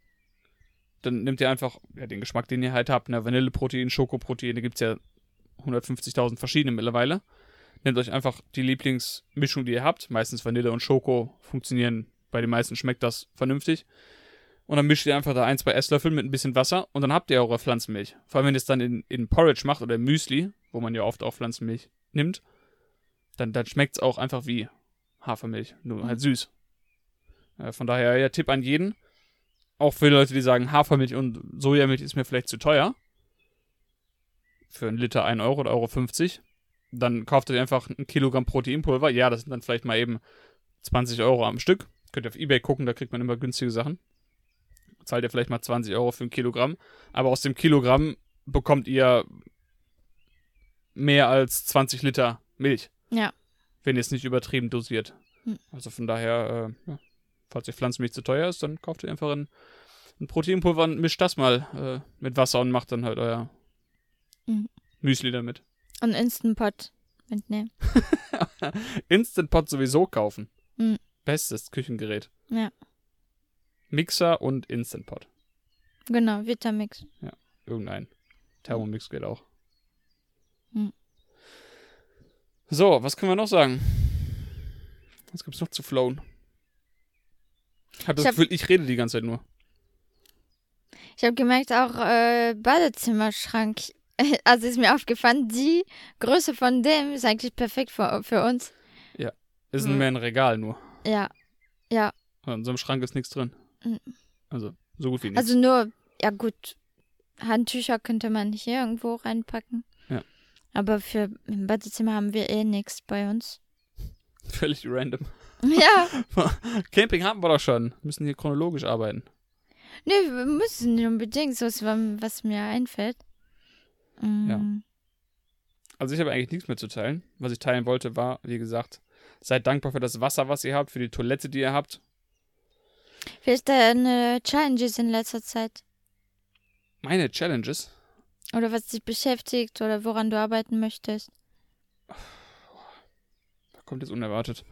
dann nehmt ihr einfach ja, den Geschmack, den ihr halt habt, ne? Vanilleprotein, Schokoprotein, da gibt es ja hundertfünfzigtausend verschiedene mittlerweile. Nehmt euch einfach die Lieblingsmischung, die ihr habt. Meistens Vanille und Schoko funktionieren, bei den meisten schmeckt das vernünftig. Und dann mischt ihr einfach da ein, zwei Esslöffel mit ein bisschen Wasser und dann habt ihr eure Pflanzenmilch. Vor allem, wenn ihr es dann in, in Porridge macht oder Müsli, wo man ja oft auch Pflanzenmilch nimmt, dann, dann schmeckt es auch einfach wie Hafermilch, nur halt süß. Ja, von daher, ja, Tipp an jeden. Auch für Leute, die sagen, Hafermilch und Sojamilch ist mir vielleicht zu teuer. Für einen Liter ein Euro oder Euro fünfzig. Dann kauft ihr einfach ein Kilogramm Proteinpulver. Ja, das sind dann vielleicht mal eben zwanzig Euro am Stück. Könnt ihr auf eBay gucken, da kriegt man immer günstige Sachen. Zahlt ihr vielleicht mal zwanzig Euro für ein Kilogramm. Aber aus dem Kilogramm bekommt ihr mehr als zwanzig Liter Milch. Ja. Wenn ihr es nicht übertrieben dosiert. Hm. Also von daher, äh, ja, falls euch Pflanzenmilch zu teuer ist, dann kauft ihr einfach ein, ein Proteinpulver und mischt das mal äh, mit Wasser und macht dann halt euer hm. Müsli damit. Und Instant Pot mitnehmen. Instant Pot sowieso kaufen. Hm. Bestes Küchengerät. Ja. Mixer und Instant Pot. Genau, Vitamix. Ja, irgendein. Thermomix geht auch. Hm. So, was können wir noch sagen? Was gibt's noch zu flowen? Ich habe das ich hab, Gefühl, ich rede die ganze Zeit nur. Ich habe gemerkt, auch äh, Badezimmerschrank. Also ist mir aufgefallen, die Größe von dem ist eigentlich perfekt für, für uns. Ja, ist hm. Mhm. mehr ein Regal nur. Ja, ja. In so einem Schrank ist nichts drin. Mhm. Also, so gut wie nichts. Also nur, ja gut, Handtücher könnte man hier irgendwo reinpacken. Ja. Aber für im Badezimmer haben wir eh nichts bei uns. Völlig random. Ja. Camping haben wir doch schon. Wir müssen hier chronologisch arbeiten. Nee, wir müssen nicht unbedingt. So ist, was mir einfällt. Mhm. Ja. Also ich habe eigentlich nichts mehr zu teilen. Was ich teilen wollte, war, wie gesagt, seid dankbar für das Wasser, was ihr habt, für die Toilette, die ihr habt. Vielleicht deine Challenges in letzter Zeit? Meine Challenges? Oder was dich beschäftigt oder woran du arbeiten möchtest? Da kommt jetzt unerwartet.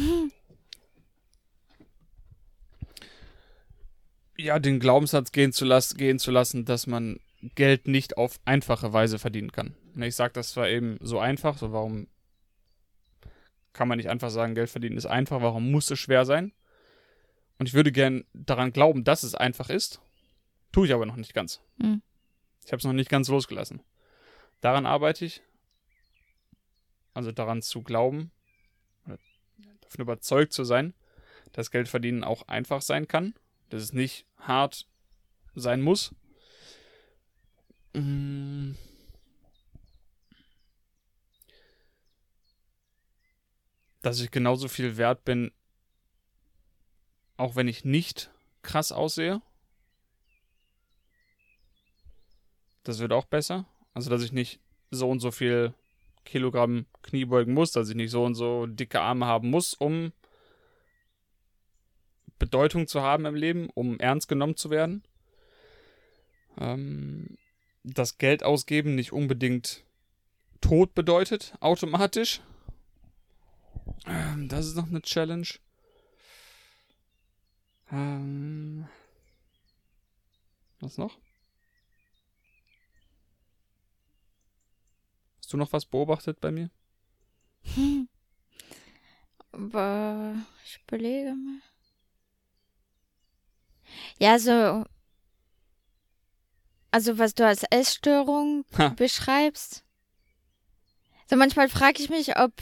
Ja, den Glaubenssatz gehen zu, las- gehen zu lassen, dass man Geld nicht auf einfache Weise verdienen kann. Ich sage, das war eben so einfach, so warum kann man nicht einfach sagen, Geld verdienen ist einfach, warum muss es schwer sein? Und ich würde gern daran glauben, dass es einfach ist, tue ich aber noch nicht ganz. Mhm. Ich habe es noch nicht ganz losgelassen. Daran arbeite ich, also daran zu glauben, oder davon überzeugt zu sein, dass Geld verdienen auch einfach sein kann, dass es nicht hart sein muss. Dass ich genauso viel wert bin, auch wenn ich nicht krass aussehe. Das wird auch besser. Also, dass ich nicht so und so viel Kilogramm Kniebeugen muss, dass ich nicht so und so dicke Arme haben muss, um Bedeutung zu haben im Leben, um ernst genommen zu werden. Ähm, dass Geld ausgeben nicht unbedingt Tod bedeutet, automatisch. Ähm, das ist noch eine Challenge. Ähm, was noch? Hast du noch was beobachtet bei mir? Hm. Aber ich überlege mal. Ja, so. Also, was du als Essstörung ha. beschreibst. So, manchmal frage ich mich, ob.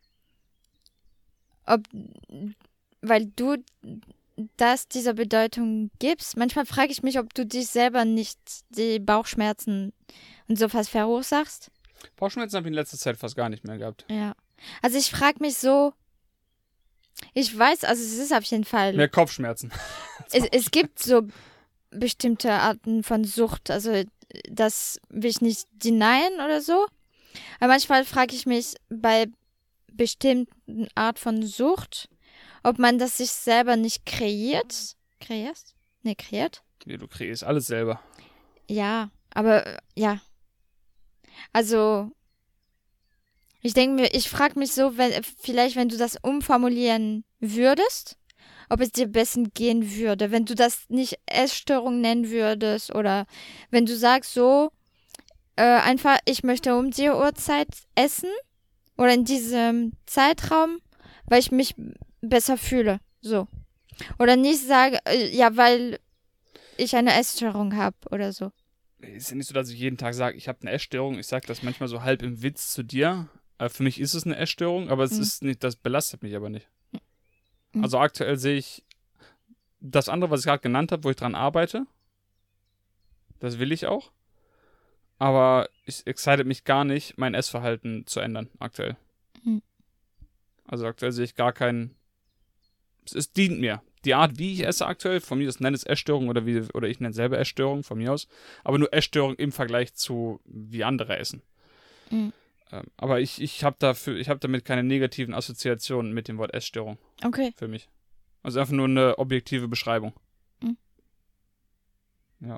Ob. Weil du das dieser Bedeutung gibst. Manchmal frage ich mich, ob du dich selber nicht die Bauchschmerzen und sowas verursachst. Bauchschmerzen habe ich in letzter Zeit fast gar nicht mehr gehabt. Ja. Also ich frage mich so, ich weiß, also es ist auf jeden Fall... Mehr Kopfschmerzen. es, es gibt so bestimmte Arten von Sucht, also das will ich nicht denyen oder so. Aber manchmal frage ich mich bei bestimmten Art von Sucht, ob man das sich selber nicht kreiert. Kreierst? Ne, kreiert? Ja, du kreierst alles selber. Ja, aber ja. Also, ich denke mir, ich frage mich so, wenn, vielleicht, wenn du das umformulieren würdest, ob es dir besser gehen würde, wenn du das nicht Essstörung nennen würdest oder wenn du sagst so, äh, einfach, ich möchte um die Uhrzeit essen oder in diesem Zeitraum, weil ich mich besser fühle, so. Oder nicht sage, äh, ja, weil ich eine Essstörung habe oder so. Es ist ja nicht so, dass ich jeden Tag sage, ich habe eine Essstörung. Ich sage das manchmal so halb im Witz zu dir. Aber für mich ist es eine Essstörung, aber es mhm. ist nicht, das belastet mich aber nicht. Mhm. Also aktuell sehe ich das andere, was ich gerade genannt habe, wo ich dran arbeite. Das will ich auch. Aber es excited mich gar nicht, mein Essverhalten zu ändern, aktuell. Mhm. Also aktuell sehe ich gar keinen. Es, es dient mir. die Art, wie ich esse aktuell, von mir, das nennt es Essstörung oder, wie, oder ich nenne es selber Essstörung, von mir aus, aber nur Essstörung im Vergleich zu, wie andere essen. Mhm. Ähm, aber ich, ich habe dafür, ich habe damit keine negativen Assoziationen mit dem Wort Essstörung Okay. für mich. Also einfach nur eine objektive Beschreibung. Mhm. Ja.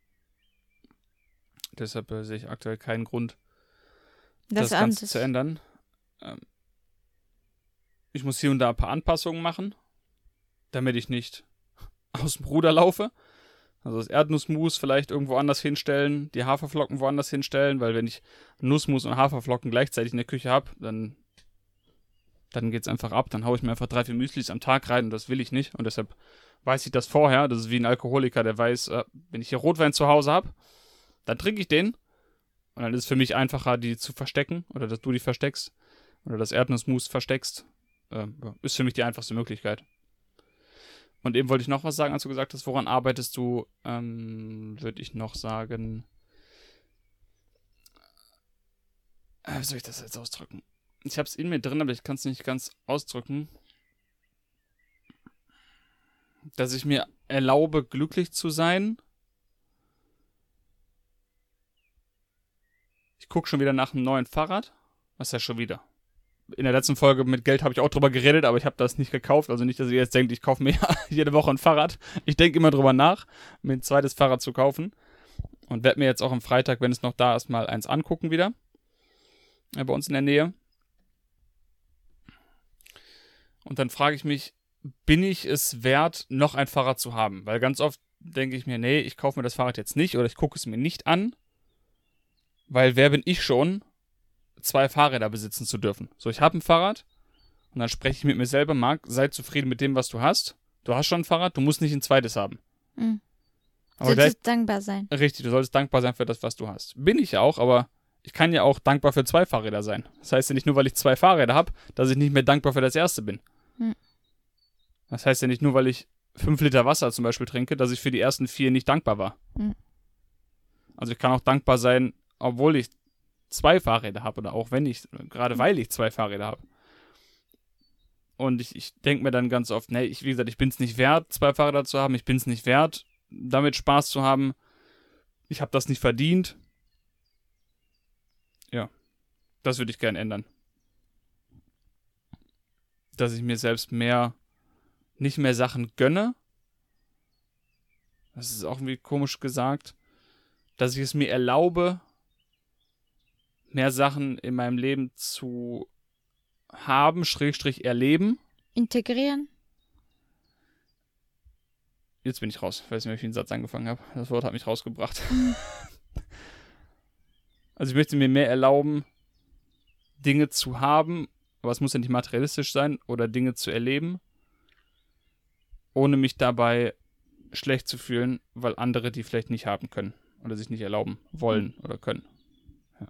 Deshalb äh, sehe ich aktuell keinen Grund, Das, das Ganze anders. zu ändern. Ähm, ich muss hier und da ein paar Anpassungen machen, damit ich nicht aus dem Ruder laufe. Also das Erdnussmus vielleicht irgendwo anders hinstellen, die Haferflocken woanders hinstellen, weil wenn ich Nussmus und Haferflocken gleichzeitig in der Küche habe, dann, dann geht es einfach ab. Dann haue ich mir einfach drei, vier Müslis am Tag rein und das will ich nicht. Und deshalb weiß ich das vorher. Das ist wie ein Alkoholiker, der weiß, äh, wenn ich hier Rotwein zu Hause habe, dann trinke ich den. Und dann ist es für mich einfacher, die zu verstecken oder dass du die versteckst oder das Erdnussmus versteckst. Äh, ist für mich die einfachste Möglichkeit. Und eben wollte ich noch was sagen, als du gesagt hast, woran arbeitest du, ähm, würde ich noch sagen, äh, wie soll ich das jetzt ausdrücken? Ich habe es in mir drin, aber ich kann es nicht ganz ausdrücken, dass ich mir erlaube, glücklich zu sein. Ich gucke schon wieder nach einem neuen Fahrrad. Was ist ja schon wieder? In der letzten Folge mit Geld habe ich auch drüber geredet, aber ich habe das nicht gekauft. Also nicht, dass ihr jetzt denkt, ich kaufe mir jede Woche ein Fahrrad. Ich denke immer drüber nach, mir ein zweites Fahrrad zu kaufen. Und werde mir jetzt auch am Freitag, wenn es noch da ist, mal eins angucken wieder. Ja, bei uns in der Nähe. Und dann frage ich mich, bin ich es wert, noch ein Fahrrad zu haben? Weil ganz oft denke ich mir, nee, ich kaufe mir das Fahrrad jetzt nicht oder ich gucke es mir nicht an. Weil wer bin ich schon, zwei Fahrräder besitzen zu dürfen? So, ich habe ein Fahrrad und dann spreche ich mit mir selber, Marc, sei zufrieden mit dem, was du hast. Du hast schon ein Fahrrad, du musst nicht ein zweites haben. Mhm. Aber Du gleich, solltest dankbar sein. richtig, du solltest dankbar sein für das, was du hast. Bin ich auch, aber ich kann ja auch dankbar für zwei Fahrräder sein. Das heißt ja nicht nur, weil ich zwei Fahrräder habe, dass ich nicht mehr dankbar für das erste bin. Mhm. Das heißt ja nicht nur, weil ich fünf Liter Wasser zum Beispiel trinke, dass ich für die ersten vier nicht dankbar war. Mhm. Also ich kann auch dankbar sein, obwohl ich zwei Fahrräder habe oder auch wenn ich, gerade weil ich zwei Fahrräder habe. Und ich, ich denke mir dann ganz oft, nee, ich, wie gesagt, ich bin es nicht wert, zwei Fahrräder zu haben, ich bin es nicht wert, damit Spaß zu haben. Ich habe das nicht verdient. Ja, das würde ich gerne ändern. Dass ich mir selbst mehr, nicht mehr Sachen gönne. Das ist auch irgendwie komisch gesagt. Dass ich es mir erlaube, mehr Sachen in meinem Leben zu haben, Schrägstrich erleben. Integrieren? Jetzt bin ich raus. Ich weiß nicht mehr, wie ich den Satz angefangen habe. Das Wort hat mich rausgebracht. Also ich möchte mir mehr erlauben, Dinge zu haben, aber es muss ja nicht materialistisch sein, oder Dinge zu erleben, ohne mich dabei schlecht zu fühlen, weil andere die vielleicht nicht haben können oder sich nicht erlauben wollen oder können. Ja.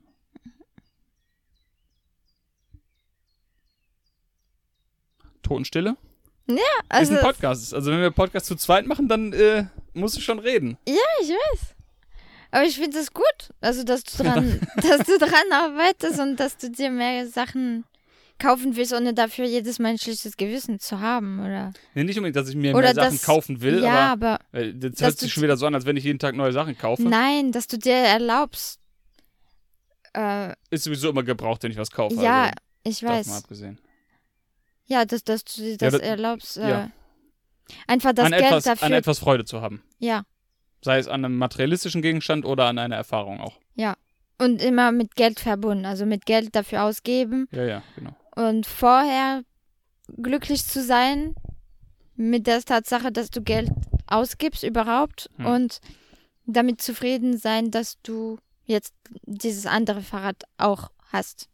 Totenstille? Also, ist ein Podcast. Also wenn wir Podcast zu zweit machen, dann äh, musst du schon reden. ja, ich weiß. Aber ich finde es gut, also dass du dran, dass du dran arbeitest und dass du dir mehr Sachen kaufen willst, ohne dafür jedes Mal ein schlechtes Gewissen zu haben, oder? Nee, nicht unbedingt, dass ich mir Oder mehr Sachen das- kaufen will, ja, aber aber äh, das dass hört du sich schon wieder so an, als wenn ich jeden Tag neue Sachen kaufe. nein, dass du dir erlaubst. Äh, Ist sowieso immer gebraucht, wenn ich was kaufe. ja, also, ich davon weiß. abgesehen. Ja, dass, dass du dir Ja, das das- erlaubst. Äh, ja. Einfach das an, Geld etwas, dafür. an etwas Freude zu haben. Ja, Sei es an einem materialistischen Gegenstand oder an einer Erfahrung auch. ja. Und immer mit Geld verbunden, also mit Geld dafür ausgeben. Ja, ja, genau. Und vorher glücklich zu sein mit der Tatsache, dass du Geld ausgibst überhaupt Hm. und damit zufrieden sein, dass du jetzt dieses andere Fahrrad auch hast.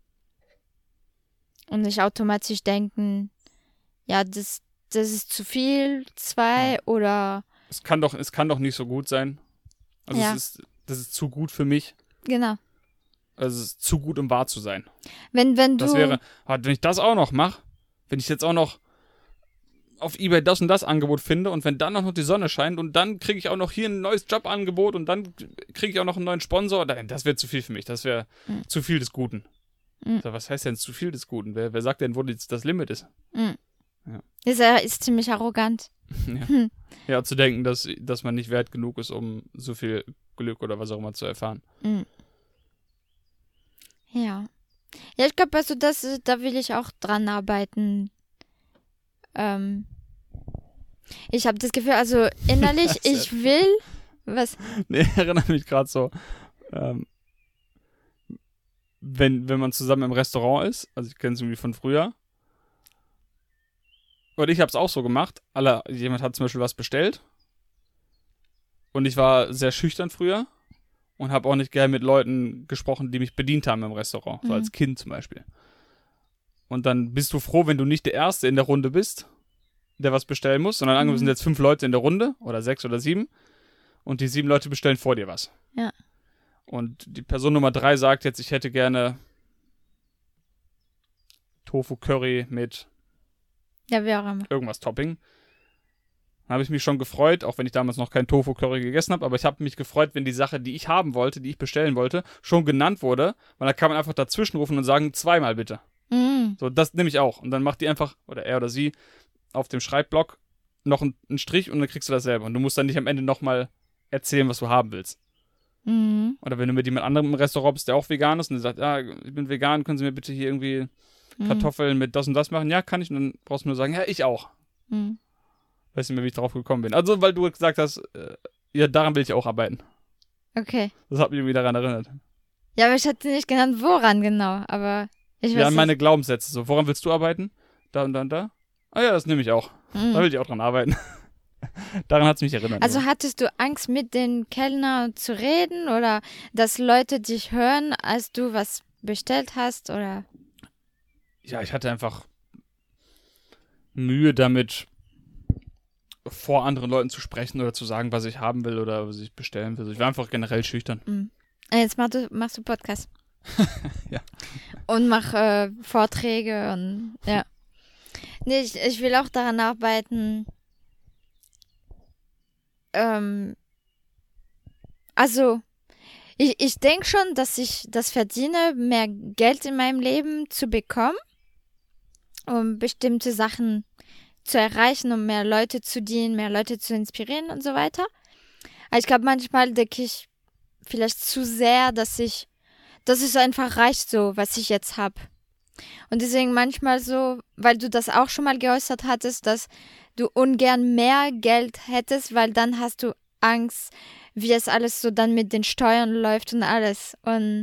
Und nicht automatisch denken, ja, das, das ist zu viel, zwei Ja. oder Es kann doch, es kann doch nicht so gut sein. Also Ja. es ist, das ist zu gut für mich. genau. Also es ist zu gut, um wahr zu sein. Wenn, wenn du Das wäre, ah, wenn ich das auch noch mache, wenn ich jetzt auch noch auf eBay das und das Angebot finde und wenn dann auch noch die Sonne scheint und dann kriege ich auch noch hier ein neues Jobangebot und dann kriege ich auch noch einen neuen Sponsor, dann- das wäre zu viel für mich. Das wäre Mhm. zu viel des Guten. Mhm. So, was heißt denn zu viel des Guten? Wer, wer sagt denn, wo jetzt das Limit ist? Mhm. Ja. Ist er ist ziemlich arrogant. Ja. Hm. Ja, zu denken, dass, dass man nicht wert genug ist, um so viel Glück oder was auch immer zu erfahren. Mhm. Ja. Ja, ich glaube, also das, da will ich auch dran arbeiten. Ähm, ich habe das Gefühl, also innerlich, ich will, was? Nee, ich erinnere mich gerade so, ähm, wenn, wenn man zusammen im Restaurant ist, also ich kenne es irgendwie von früher, und ich habe es auch so gemacht, alle, jemand hat zum Beispiel was bestellt und ich war sehr schüchtern früher und habe auch nicht gerne mit Leuten gesprochen, die mich bedient haben im Restaurant, so Mhm. als Kind zum Beispiel. Und dann bist du froh, wenn du nicht der Erste in der Runde bist, der was bestellen muss, sondern angenommen Mhm. sind jetzt fünf Leute in der Runde oder sechs oder sieben und die sieben Leute bestellen vor dir was. Ja. Und die Person Nummer drei sagt jetzt, ich hätte gerne Tofu-Curry mit Ja, wie auch immer. irgendwas Topping. Dann habe ich mich schon gefreut, auch wenn ich damals noch kein Tofu-Curry gegessen habe, aber ich habe mich gefreut, wenn die Sache, die ich haben wollte, die ich bestellen wollte, schon genannt wurde, weil da kann man einfach dazwischen rufen und sagen, zweimal bitte. Mhm. So, das nehme ich auch. Und dann macht die einfach, oder er oder sie, auf dem Schreibblock noch einen, einen Strich und dann kriegst du das selber. Und du musst dann nicht am Ende nochmal erzählen, was du haben willst. Mhm. Oder wenn du mit jemand anderem im Restaurant bist, der auch vegan ist und der sagt, ja, ich bin vegan, können Sie mir bitte hier irgendwie Kartoffeln mit das und das machen? Ja, kann ich. Und dann brauchst du nur sagen, ja, ich auch. Mhm. Weiß nicht mehr, wie ich drauf gekommen bin. Also, weil du gesagt hast, äh, ja, daran will ich auch arbeiten. Okay. Das hat mich irgendwie daran erinnert. Ja, aber ich hatte nicht genannt, woran genau, aber ich Ja, weiß an meine Glaubenssätze. So, woran willst du arbeiten? Da und da und da? Ah ja, das nehme ich auch. Mhm. Da will ich auch dran arbeiten. Daran hat es mich erinnert. Also nur. hattest du Angst, mit den Kellnern zu reden oder dass Leute dich hören, als du was bestellt hast oder? Ja, ich hatte einfach Mühe damit, vor anderen Leuten zu sprechen oder zu sagen, was ich haben will oder was ich bestellen will. Ich war einfach generell schüchtern. Mhm. Jetzt mach du, machst du Podcast. Ja. Und mach äh, Vorträge und ja. Nee, ich, ich will auch daran arbeiten. Ähm, also, ich, ich denke schon, dass ich das verdiene, mehr Geld in meinem Leben zu bekommen, um bestimmte Sachen zu erreichen, um mehr Leute zu dienen, mehr Leute zu inspirieren und so weiter. Aber ich glaube, manchmal denke ich vielleicht zu sehr, dass ich, dass es einfach reicht so, was ich jetzt habe. Und deswegen manchmal so, weil du das auch schon mal geäußert hattest, dass du ungern mehr Geld hättest, weil dann hast du Angst, wie es alles so dann mit den Steuern läuft und alles. Und,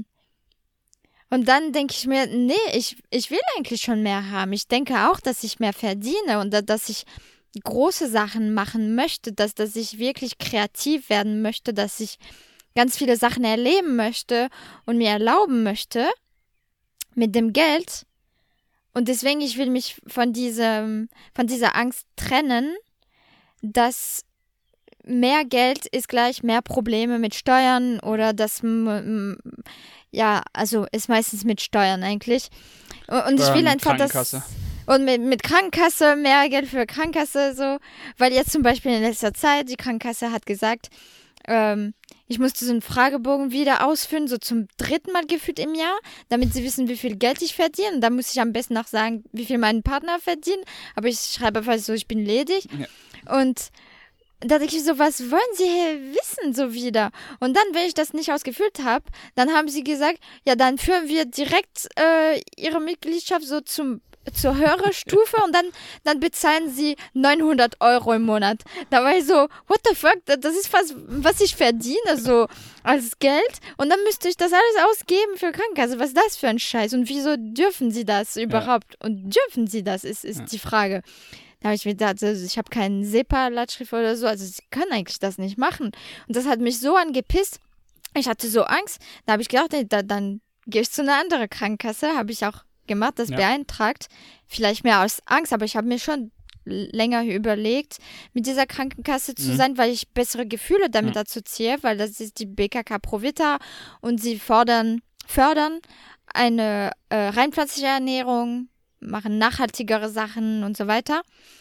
und dann denke ich mir, nee, ich, ich will eigentlich schon mehr haben. Ich denke auch, dass ich mehr verdiene und da- dass ich große Sachen machen möchte, dass, dass ich wirklich kreativ werden möchte, dass ich ganz viele Sachen erleben möchte und mir erlauben möchte mit dem Geld. Und deswegen, ich will mich von diesem, von dieser Angst trennen, dass mehr Geld ist gleich mehr Probleme mit Steuern oder das, m- m- ja, also ist meistens mit Steuern eigentlich. Und ich Steuern, will einfach das... Krankenkasse. Und mit, mit Krankenkasse, mehr Geld für Krankenkasse, so. Weil jetzt zum Beispiel in letzter Zeit, die Krankenkasse hat gesagt, ähm, ich musste so einen Fragebogen wieder ausfüllen, so zum dritten Mal gefühlt im Jahr, damit sie wissen, wie viel Geld ich verdiene. Und da muss ich am besten noch sagen, wie viel mein Partner verdient. Aber ich schreibe einfach so, ich bin ledig. Ja. Und da denke ich so, was wollen sie hier wissen, so wieder? Und dann, wenn ich das nicht ausgefüllt habe, dann haben sie gesagt, ja, dann führen wir direkt äh, ihre Mitgliedschaft so zum zur höheren Stufe und dann, dann bezahlen sie neunhundert Euro im Monat. Da war ich so, what the fuck, das ist fast, was ich verdiene, so als Geld. Und dann müsste ich das alles ausgeben für Krankenkasse. Was ist das für ein Scheiß? Und wieso dürfen sie das überhaupt? Ja. Und dürfen sie das, ist, ist ja. die Frage. Da habe ich mir gedacht, also ich habe keinen SEPA-Latschrift oder so, also sie können eigentlich das nicht machen. Und das hat mich so angepisst. Ich hatte so Angst. Da habe ich gedacht, nee, da, dann gehe ich zu einer anderen Krankenkasse, habe ich auch gemacht, das ja. beeintragt. Vielleicht mehr aus Angst, aber ich habe mir schon länger überlegt, mit dieser Krankenkasse zu mhm. sein, weil ich bessere Gefühle damit mhm. assoziiere, weil das ist die B K K Provita und sie fordern, fördern eine äh, reinpflanzliche Ernährung, machen nachhaltigere Sachen und so weiter.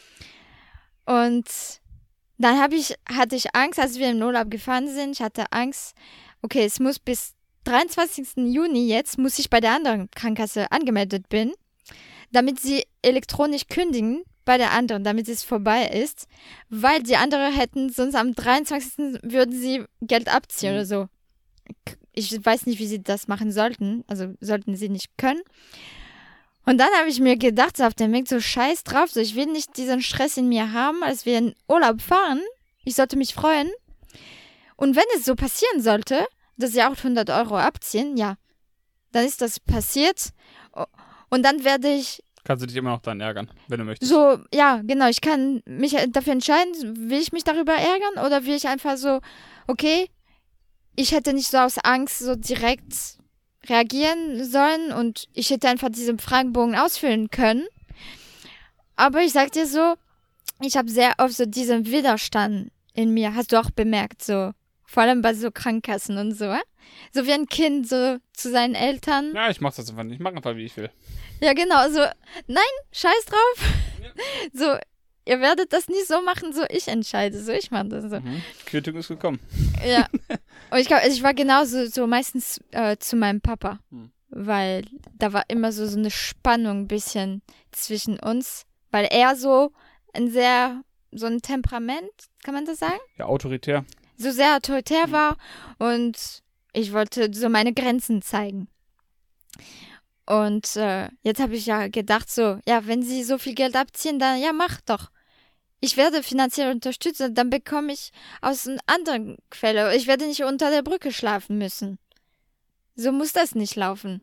Und dann habe ich, hatte ich Angst, als wir im Urlaub gefahren sind, ich hatte Angst, okay, es muss bis dreiundzwanzigsten Juni jetzt, muss ich bei der anderen Krankenkasse angemeldet bin, damit sie elektronisch kündigen, bei der anderen, damit es vorbei ist, weil die andere hätten, sonst am dreiundzwanzigsten würden sie Geld abziehen Mhm. oder so. Ich weiß nicht, wie sie das machen sollten, also sollten sie nicht können. Und dann habe ich mir gedacht, so auf dem Weg, so scheiß drauf, so ich will nicht diesen Stress in mir haben, als wir in Urlaub fahren. Ich sollte mich freuen. Und wenn es so passieren sollte, dass sie auch hundert Euro abziehen, ja, dann ist das passiert. Und dann werde ich Kannst du dich immer noch dann ärgern, wenn du möchtest. so, ja, genau, ich kann mich dafür entscheiden, will ich mich darüber ärgern oder will ich einfach so, okay, ich hätte nicht so aus Angst so direkt reagieren sollen und ich hätte einfach diesen Fragebogen ausfüllen können. Aber ich sag dir so, ich habe sehr oft so diesen Widerstand in mir, hast du auch bemerkt, so, vor allem bei so Krankenkassen und so, äh? So wie ein Kind so zu seinen Eltern. Ja, ich mach das einfach nicht. Ich mach einfach, wie ich will. Ja, genau, so, nein, scheiß drauf. So, ihr werdet das nicht so machen, so ich entscheide, so ich mache das so. Mhm. Quittung ist gekommen. Ja. Und ich glaube, ich war genauso so meistens äh, zu meinem Papa, Hm. weil da war immer so, so eine Spannung ein bisschen zwischen uns, weil er so ein sehr, so ein Temperament, kann man das sagen? Ja, autoritär. So sehr autoritär war und ich wollte so meine Grenzen zeigen. Und äh, jetzt habe ich ja gedacht so, ja, wenn sie so viel Geld abziehen, dann ja, mach doch. Ich werde finanziell unterstützt und dann bekomme ich aus einer anderen Quelle. Ich werde nicht unter der Brücke schlafen müssen. So muss das nicht laufen.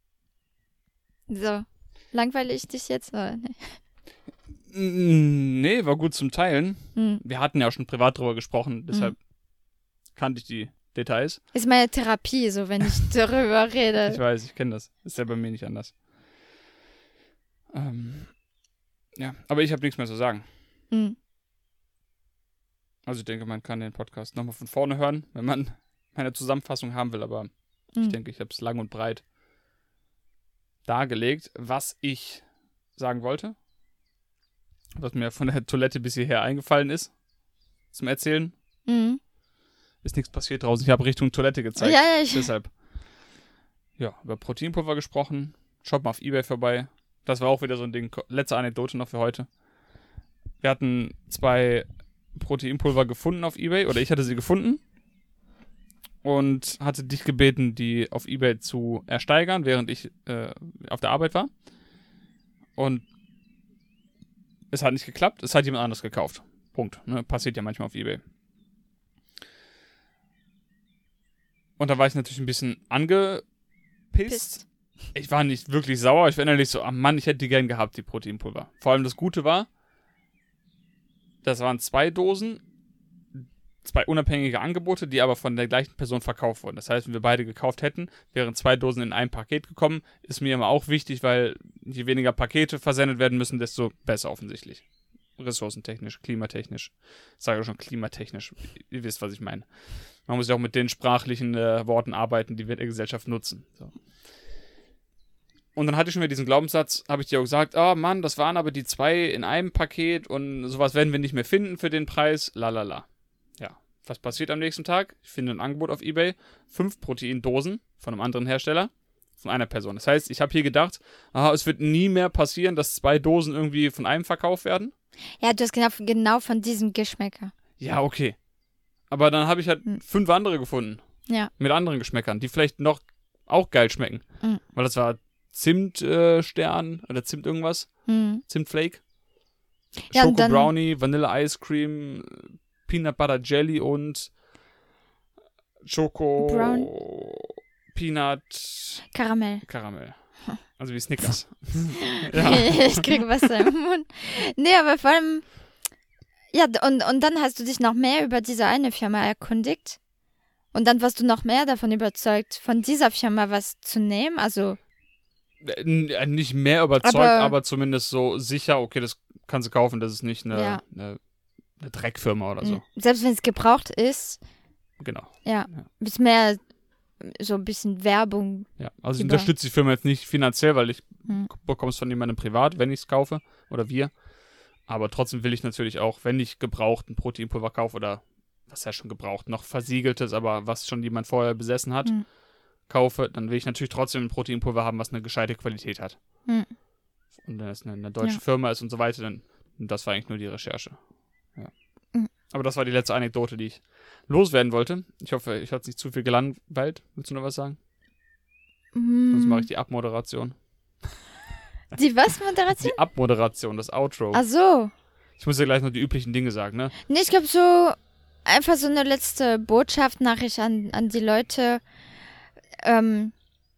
So, langweile ich dich jetzt? Oder? Nee. Mm, Nee, war gut zum Teilen. Hm. Wir hatten ja auch schon privat drüber gesprochen, deshalb kannte ich die Details. Ist meine Therapie, so wenn ich darüber rede. Ich weiß, ich kenne das. Ist ja bei mir nicht anders. Ähm, ja, aber ich habe nichts mehr zu sagen. Hm. Also ich denke, man kann den Podcast nochmal von vorne hören, wenn man meine Zusammenfassung haben will, aber ich Hm. denke, ich habe es lang und breit dargelegt, was ich sagen wollte. Was mir von der Toilette bis hierher eingefallen ist zum Erzählen. Hm. Ist nichts passiert draußen. Ich habe Richtung Toilette gezeigt. Ja, ja, ich, Deshalb. Ja, über Proteinpulver gesprochen. Schaut mal auf eBay vorbei. Das war auch wieder so ein Ding. Letzte Anekdote noch für heute. Wir hatten zwei Proteinpulver gefunden auf eBay. Oder ich hatte sie gefunden. Und hatte dich gebeten, die auf eBay zu ersteigern, während ich äh, auf der Arbeit war. Und es hat nicht geklappt. Es hat jemand anderes gekauft. Punkt. Ne? Passiert ja manchmal auf eBay. Und da war ich natürlich ein bisschen angepisst. Pisst. Ich war nicht wirklich sauer. Ich war innerlich so, ah Mann, ich hätte die gern gehabt, die Proteinpulver. Vor allem das Gute war, das waren zwei Dosen, zwei unabhängige Angebote, die aber von der gleichen Person verkauft wurden. Das heißt, wenn wir beide gekauft hätten, wären zwei Dosen in ein Paket gekommen. Ist mir immer auch wichtig, weil je weniger Pakete versendet werden müssen, desto besser offensichtlich. Ressourcentechnisch, klimatechnisch. Ich sage schon klimatechnisch. Ihr wisst, was ich meine. Man muss ja auch mit den sprachlichen äh, Worten arbeiten, die wir in der Gesellschaft nutzen. So. Und dann hatte ich schon wieder diesen Glaubenssatz, habe ich dir auch gesagt, oh Mann, das waren aber die zwei in einem Paket und sowas werden wir nicht mehr finden für den Preis, lalala. Ja, was passiert am nächsten Tag? Ich finde ein Angebot auf eBay, fünf Proteindosen von einem anderen Hersteller, von einer Person. Das heißt, ich habe hier gedacht, aha, es wird nie mehr passieren, dass zwei Dosen irgendwie von einem verkauft werden. ja, du hast genau, genau von diesem Geschmäcker. Ja, okay. Aber dann habe ich halt Hm. fünf andere gefunden. Ja. Mit anderen Geschmäckern, die vielleicht noch auch geil schmecken. Mhm. Weil das war Zimtstern äh, oder Zimt irgendwas. Hm. Zimtflake. Ja, und Schoko dann- Brownie, Vanille Ice Cream, Peanut Butter Jelly und Schoko Brown- Peanut Karamell. Karamell. Also wie Snickers. Ich kriege Wasser im Mund. Nee, aber vor allem, ja, und, und dann hast du dich noch mehr über diese eine Firma erkundigt. Und dann warst du noch mehr davon überzeugt, von dieser Firma was zu nehmen. Also, Äh, n- Nicht mehr überzeugt, Aber- aber, zumindest so sicher, okay, das kannst du kaufen, das ist nicht eine, Ja. eine, eine Dreckfirma oder so. mh, selbst wenn es gebraucht ist, Genau. ja, Ja. bis mehr so ein bisschen Werbung. Ja, also ich Über- unterstütze die Firma jetzt nicht finanziell, weil ich Hm. bekomme es von jemandem privat, wenn ich es kaufe oder wir. Aber trotzdem will ich natürlich auch, wenn ich gebraucht ein Proteinpulver kaufe oder was ja schon gebraucht, noch versiegeltes, aber was schon jemand vorher besessen hat, Hm. kaufe, dann will ich natürlich trotzdem ein Proteinpulver haben, was eine gescheite Qualität hat. Hm. Und wenn es eine, eine deutsche Ja. Firma ist und so weiter, dann Und das war eigentlich nur die Recherche. Ja. Mhm. Aber das war die letzte Anekdote, die ich loswerden wollte. Ich hoffe, ich hatte nicht zu viel gelangweilt. Willst du noch was sagen? Mm. Sonst mache ich die Abmoderation. Die was, Moderation? Die Abmoderation, das Outro. Ach so. Ich muss ja gleich noch die üblichen Dinge sagen, ne? Nee, ich glaube so einfach so eine letzte Botschaft, Nachricht an, an die Leute. Ähm,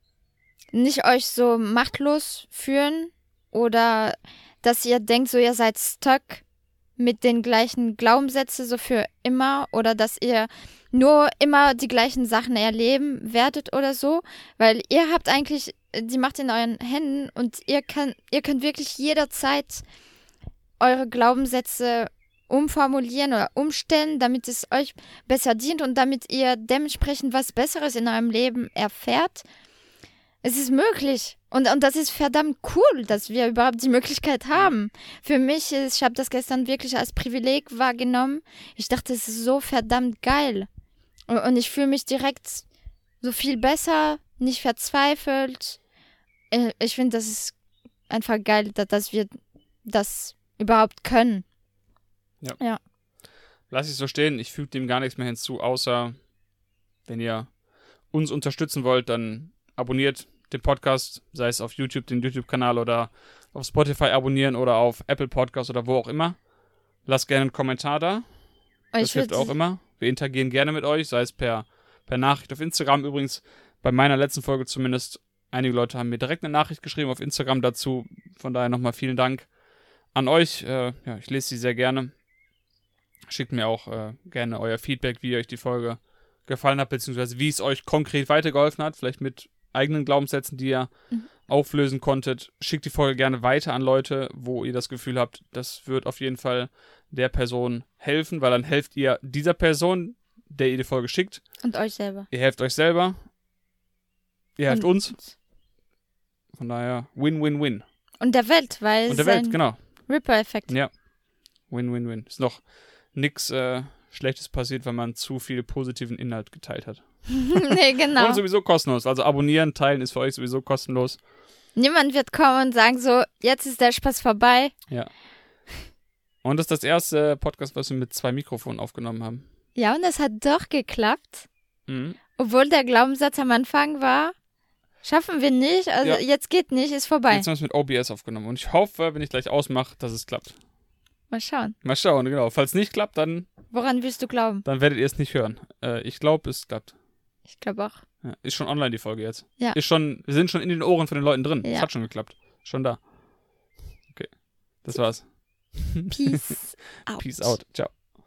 nicht euch so machtlos fühlen oder dass ihr denkt, so ihr seid stuck mit den gleichen Glaubenssätzen so für immer oder dass ihr nur immer die gleichen Sachen erleben werdet oder so, weil ihr habt eigentlich die Macht in euren Händen und ihr, kann, ihr könnt wirklich jederzeit eure Glaubenssätze umformulieren oder umstellen, damit es euch besser dient und damit ihr dementsprechend was Besseres in eurem Leben erfährt. Es ist möglich. Und, und das ist verdammt cool, dass wir überhaupt die Möglichkeit haben. Für mich, ist, ich habe das gestern wirklich als Privileg wahrgenommen. Ich dachte, es ist so verdammt geil. Und, und ich fühle mich direkt so viel besser, nicht verzweifelt. Ich finde, das ist einfach geil, dass, dass wir das überhaupt können. Ja. ja. Lass ich so stehen. Ich füge dem gar nichts mehr hinzu, außer wenn ihr uns unterstützen wollt, dann abonniert den Podcast, sei es auf YouTube, den YouTube-Kanal oder auf Spotify abonnieren oder auf Apple Podcast oder wo auch immer. Lasst gerne einen Kommentar da. Das Ich hilft würd- auch immer. Wir interagieren gerne mit euch, sei es per, per Nachricht auf Instagram. Übrigens, bei meiner letzten Folge zumindest, einige Leute haben mir direkt eine Nachricht geschrieben auf Instagram dazu. Von daher nochmal vielen Dank an euch. Äh, ja, ich lese sie sehr gerne. Schickt mir auch äh, gerne euer Feedback, wie euch die Folge gefallen hat, beziehungsweise wie es euch konkret weitergeholfen hat. Vielleicht mit eigenen Glaubenssätzen, die ihr Mhm. auflösen konntet. Schickt die Folge gerne weiter an Leute, wo ihr das Gefühl habt, das wird auf jeden Fall der Person helfen, weil dann helft ihr dieser Person, der ihr die Folge schickt. Und euch selber. Ihr helft euch selber. Ihr helft Und- uns. Von daher Win-Win-Win. Und der Welt, weil Und es der Welt, ein genau. Ripper-Effekt. Ja. Win-Win-Win. Ist noch nix äh, Schlechtes passiert, weil man zu viel positiven Inhalt geteilt hat. Nee, genau. Und sowieso kostenlos. Also abonnieren, teilen ist für euch sowieso kostenlos. Niemand wird kommen und sagen so, jetzt ist der Spaß vorbei. Ja. Und das ist das erste Podcast, was wir mit zwei Mikrofonen aufgenommen haben. Ja, und es hat doch geklappt. Mhm. Obwohl der Glaubenssatz am Anfang war, schaffen wir nicht, also Ja. jetzt geht nicht, ist vorbei. Jetzt haben wir es mit O B S aufgenommen. Und ich hoffe, wenn ich gleich ausmache, dass es klappt. Mal schauen. Mal schauen, genau. Falls nicht klappt, dann, Woran willst du glauben? dann werdet ihr es nicht hören. Äh, ich glaube, es klappt. Ich glaube auch. Ja, ist schon online die Folge jetzt. Ja. Ist schon, wir sind schon in den Ohren von den Leuten drin. Es Ja. hat schon geklappt. Schon da. Okay. Das war's. Peace out. Peace out. Ciao.